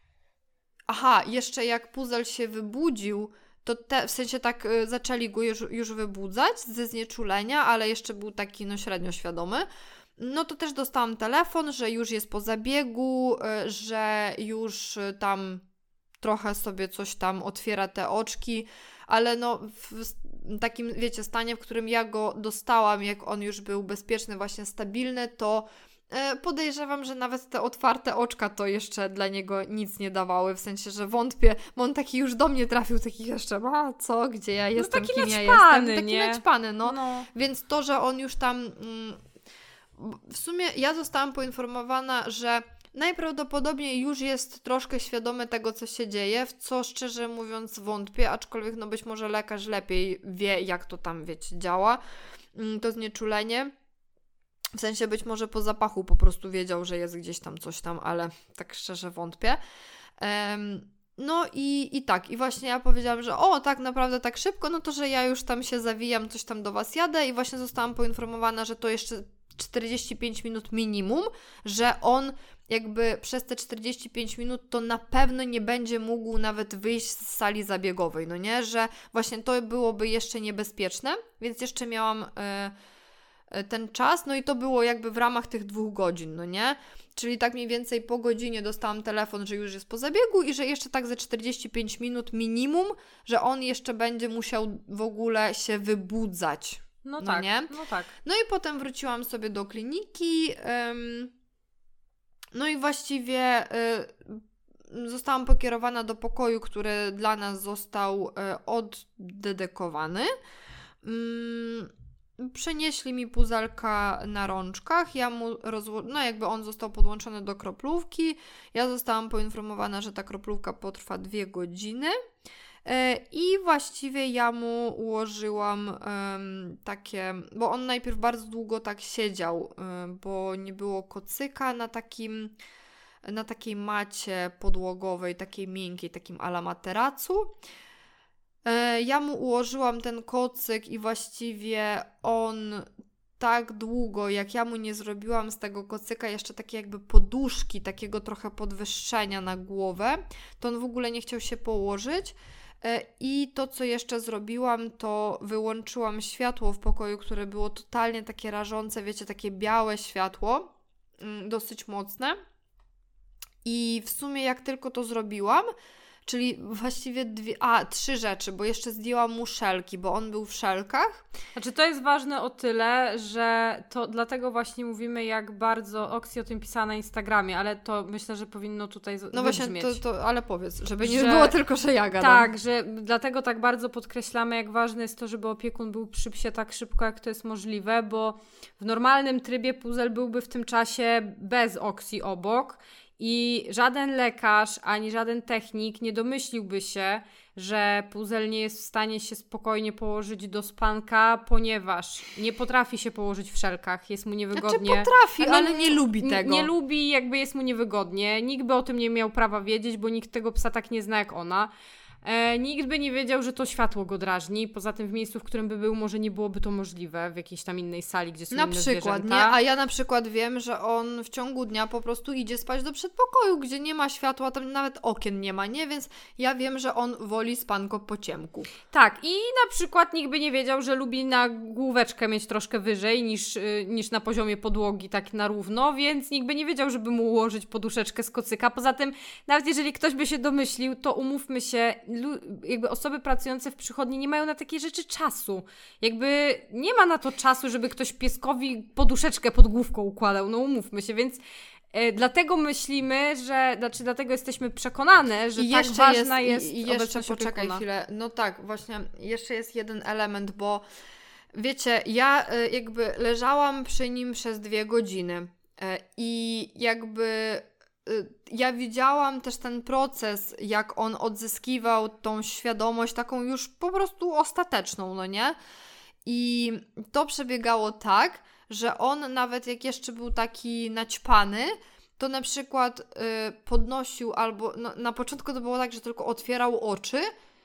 aha, jeszcze jak Puzel się wybudził, to te, w sensie tak y, zaczęli go już, już wybudzać ze znieczulenia, ale jeszcze był taki no średnio świadomy. No to też dostałam telefon, że już jest po zabiegu, y, że już y, tam trochę sobie coś tam otwiera te oczki, ale no w takim, wiecie, stanie, w którym ja go dostałam, jak on już był bezpieczny, właśnie stabilny, to podejrzewam, że nawet te otwarte oczka to jeszcze dla niego nic nie dawały, w sensie, że wątpię, bo on taki już do mnie trafił, taki jeszcze, a co, gdzie ja jestem, no, taki kim ja naćpany, jestem, taki nie? naćpany, no. no. Więc to, że on już tam, mm, w sumie ja zostałam poinformowana, że najprawdopodobniej już jest troszkę świadomy tego, co się dzieje, w co szczerze mówiąc wątpię, aczkolwiek no być może lekarz lepiej wie, jak to tam, wiecie, działa, to znieczulenie. W sensie być może po zapachu po prostu wiedział, że jest gdzieś tam coś tam, ale tak szczerze wątpię. Um, no i, i tak, i właśnie ja powiedziałam, że o, tak naprawdę tak szybko, no to, że ja już tam się zawijam, coś tam do Was jadę i właśnie zostałam poinformowana, że to jeszcze czterdzieści pięć minut minimum, że on jakby przez te czterdzieści pięć minut to na pewno nie będzie mógł nawet wyjść z sali zabiegowej, no nie, że właśnie to byłoby jeszcze niebezpieczne, więc jeszcze miałam... Yy, ten czas, no i to było jakby w ramach tych dwóch godzin, no nie? Czyli tak mniej więcej po godzinie dostałam telefon, że już jest po zabiegu i że jeszcze tak ze czterdzieści pięć minut minimum, że on jeszcze będzie musiał w ogóle się wybudzać. No, no tak, nie? no tak. No i potem wróciłam sobie do kliniki, ym, no i właściwie y, zostałam pokierowana do pokoju, który dla nas został y, oddedykowany. Ym, Przenieśli mi Puzelka na rączkach, ja mu rozło- no jakby on został podłączony do kroplówki, ja zostałam poinformowana, że ta kroplówka potrwa dwie godziny yy, i właściwie ja mu ułożyłam yy, takie, bo on najpierw bardzo długo tak siedział, yy, bo nie było kocyka na takim, na takiej macie podłogowej, takiej miękkiej, takim a la materacu. Ja mu ułożyłam ten kocyk i właściwie on tak długo, jak ja mu nie zrobiłam z tego kocyka jeszcze takie jakby poduszki, takiego trochę podwyższenia na głowę, to on w ogóle nie chciał się położyć. I to, co jeszcze zrobiłam, to wyłączyłam światło w pokoju, które było totalnie takie rażące, wiecie, takie białe światło, dosyć mocne. I w sumie jak tylko to zrobiłam, czyli właściwie dwie, a trzy rzeczy, bo jeszcze zdjęłam mu szelki, bo on był w szelkach. Znaczy to jest ważne o tyle, że to dlatego właśnie mówimy, jak bardzo Oksi o tym pisała na Instagramie, ale to myślę, że powinno tutaj No wybrzmieć. właśnie, to, to, ale powiedz, żeby nie że, było tylko, że ja gadam. Tak, że dlatego tak bardzo podkreślamy, jak ważne jest to, żeby opiekun był przy psie tak szybko, jak to jest możliwe, bo w normalnym trybie Puzel byłby w tym czasie bez Oksi obok. I żaden lekarz, ani żaden technik nie domyśliłby się, że Puzel nie jest w stanie się spokojnie położyć do spanka, ponieważ nie potrafi się położyć w szelkach, jest mu niewygodnie. Znaczy potrafi, no, ale nie lubi tego. Nie, nie lubi, jakby jest mu niewygodnie. Nikt by o tym nie miał prawa wiedzieć, bo nikt tego psa tak nie zna jak ona. E, nikt by nie wiedział, że to światło go drażni. Poza tym w miejscu, w którym by był, może nie byłoby to możliwe, w jakiejś tam innej sali, gdzie są na inne przykład, zwierzęta. Nie? A ja na przykład wiem, że on w ciągu dnia po prostu idzie spać do przedpokoju, gdzie nie ma światła, tam nawet okien nie ma, nie? Więc ja wiem, że on woli spanko po ciemku. Tak, i na przykład nikt by nie wiedział, że lubi na główeczkę mieć troszkę wyżej niż, yy, niż na poziomie podłogi, tak na równo, więc nikt by nie wiedział, żeby mu ułożyć poduszeczkę z kocyka. Poza tym, nawet jeżeli ktoś by się domyślił, to umówmy się, lu- jakby osoby pracujące w przychodni nie mają na takie rzeczy czasu. Jakby nie ma na to czasu, żeby ktoś pieskowi poduszeczkę pod główką układał, no umówmy się, więc e, dlatego myślimy, że, znaczy dlatego jesteśmy przekonane, że I tak jeszcze ważna jest, jest i, i jeszcze obecność poczekaj opiekuna. chwilę, no tak, właśnie jeszcze jest jeden element, bo wiecie, ja y, jakby leżałam przy nim przez dwie godziny y, i jakby ja widziałam też ten proces, jak on odzyskiwał tą świadomość taką już po prostu ostateczną, no nie? I to przebiegało tak, że on nawet jak jeszcze był taki naćpany, to na przykład y, podnosił albo, no, na początku to było tak, że tylko otwierał oczy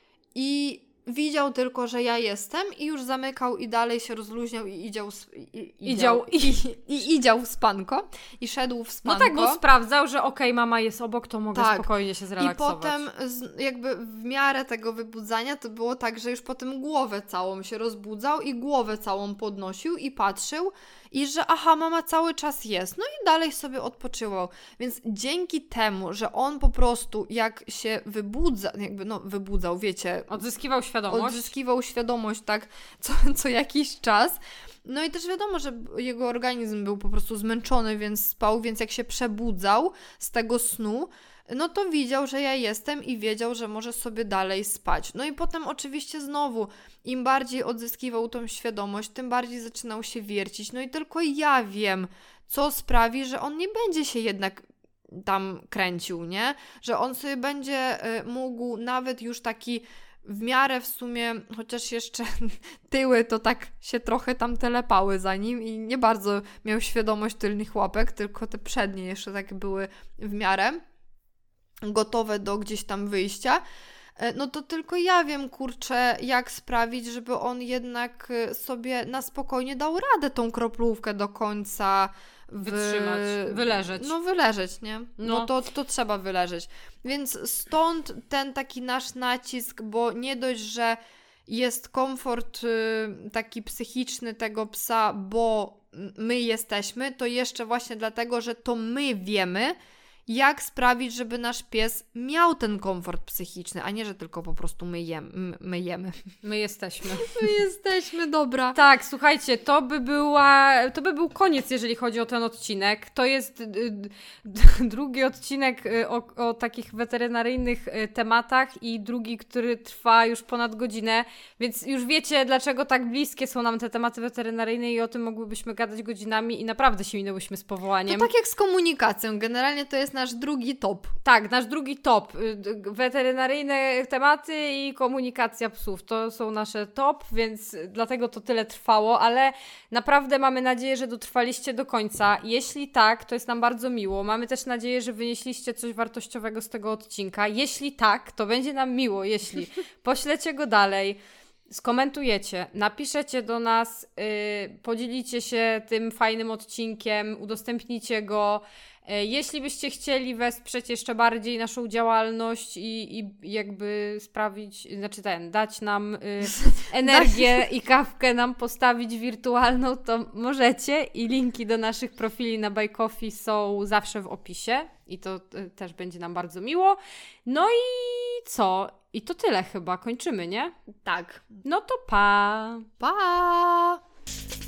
i widział tylko, że ja jestem i już zamykał i dalej się rozluźniał i idział i, i, Idział. i, i idział w spanko i szedł w spanko. No tak, bo sprawdzał, że okej, okay, mama jest obok, to mogę tak. spokojnie się zrelaksować. I potem z, jakby w miarę tego wybudzania to było tak, że już potem głowę całą się rozbudzał i głowę całą podnosił i patrzył i że aha, mama cały czas jest. No i dalej sobie odpoczywał. Więc dzięki temu, że on po prostu jak się wybudza, jakby no wybudzał, wiecie. Odzyskiwał świadomość. Odzyskiwał świadomość, tak, co, co jakiś czas. No i też wiadomo, że jego organizm był po prostu zmęczony, więc spał, więc jak się przebudzał z tego snu, no to widział, że ja jestem i wiedział, że może sobie dalej spać. No i potem oczywiście znowu, im bardziej odzyskiwał tą świadomość, tym bardziej zaczynał się wiercić. No i tylko ja wiem, co sprawi, że on nie będzie się jednak tam kręcił, nie? Że on sobie będzie y, mógł nawet już taki w miarę w sumie, chociaż jeszcze tyły to tak się trochę tam telepały za nim i nie bardzo miał świadomość tylnych łapek, tylko te przednie jeszcze tak były w miarę gotowe do gdzieś tam wyjścia, no to tylko ja wiem, kurczę, jak sprawić, żeby on jednak sobie na spokojnie dał radę tą kroplówkę do końca w... wytrzymać, wyleżeć. No wyleżeć, nie? No, no to, to trzeba wyleżeć. Więc stąd ten taki nasz nacisk, bo nie dość, że jest komfort taki psychiczny tego psa, bo my jesteśmy, to jeszcze właśnie dlatego, że to my wiemy, jak sprawić, żeby nasz pies miał ten komfort psychiczny, a nie, że tylko po prostu my, jem, my jemy. My jesteśmy. My jesteśmy, dobra. Tak, słuchajcie, to by była, to by był koniec, jeżeli chodzi o ten odcinek. To jest y, y, drugi odcinek y, o, o takich weterynaryjnych y, tematach i drugi, który trwa już ponad godzinę, więc już wiecie, dlaczego tak bliskie są nam te tematy weterynaryjne i o tym mogłybyśmy gadać godzinami i naprawdę się minęłyśmy z powołaniem. To tak jak z komunikacją, generalnie to jest nasz drugi top. Tak, nasz drugi top. Weterynaryjne tematy i komunikacja psów. To są nasze top, więc dlatego to tyle trwało, ale naprawdę mamy nadzieję, że dotrwaliście do końca. Jeśli tak, to jest nam bardzo miło. Mamy też nadzieję, że wynieśliście coś wartościowego z tego odcinka. Jeśli tak, to będzie nam miło, jeśli poślecie go dalej, skomentujecie, napiszecie do nas, yy, podzielicie się tym fajnym odcinkiem, udostępnicie go. Jeśli byście chcieli wesprzeć jeszcze bardziej naszą działalność i, i jakby sprawić, znaczy ten, dać nam y, energię i kawkę nam postawić wirtualną, to możecie i linki do naszych profili na Buy Coffee są zawsze w opisie i to y, też będzie nam bardzo miło. No i co? I to tyle chyba, kończymy, nie? Tak. No to pa! Pa!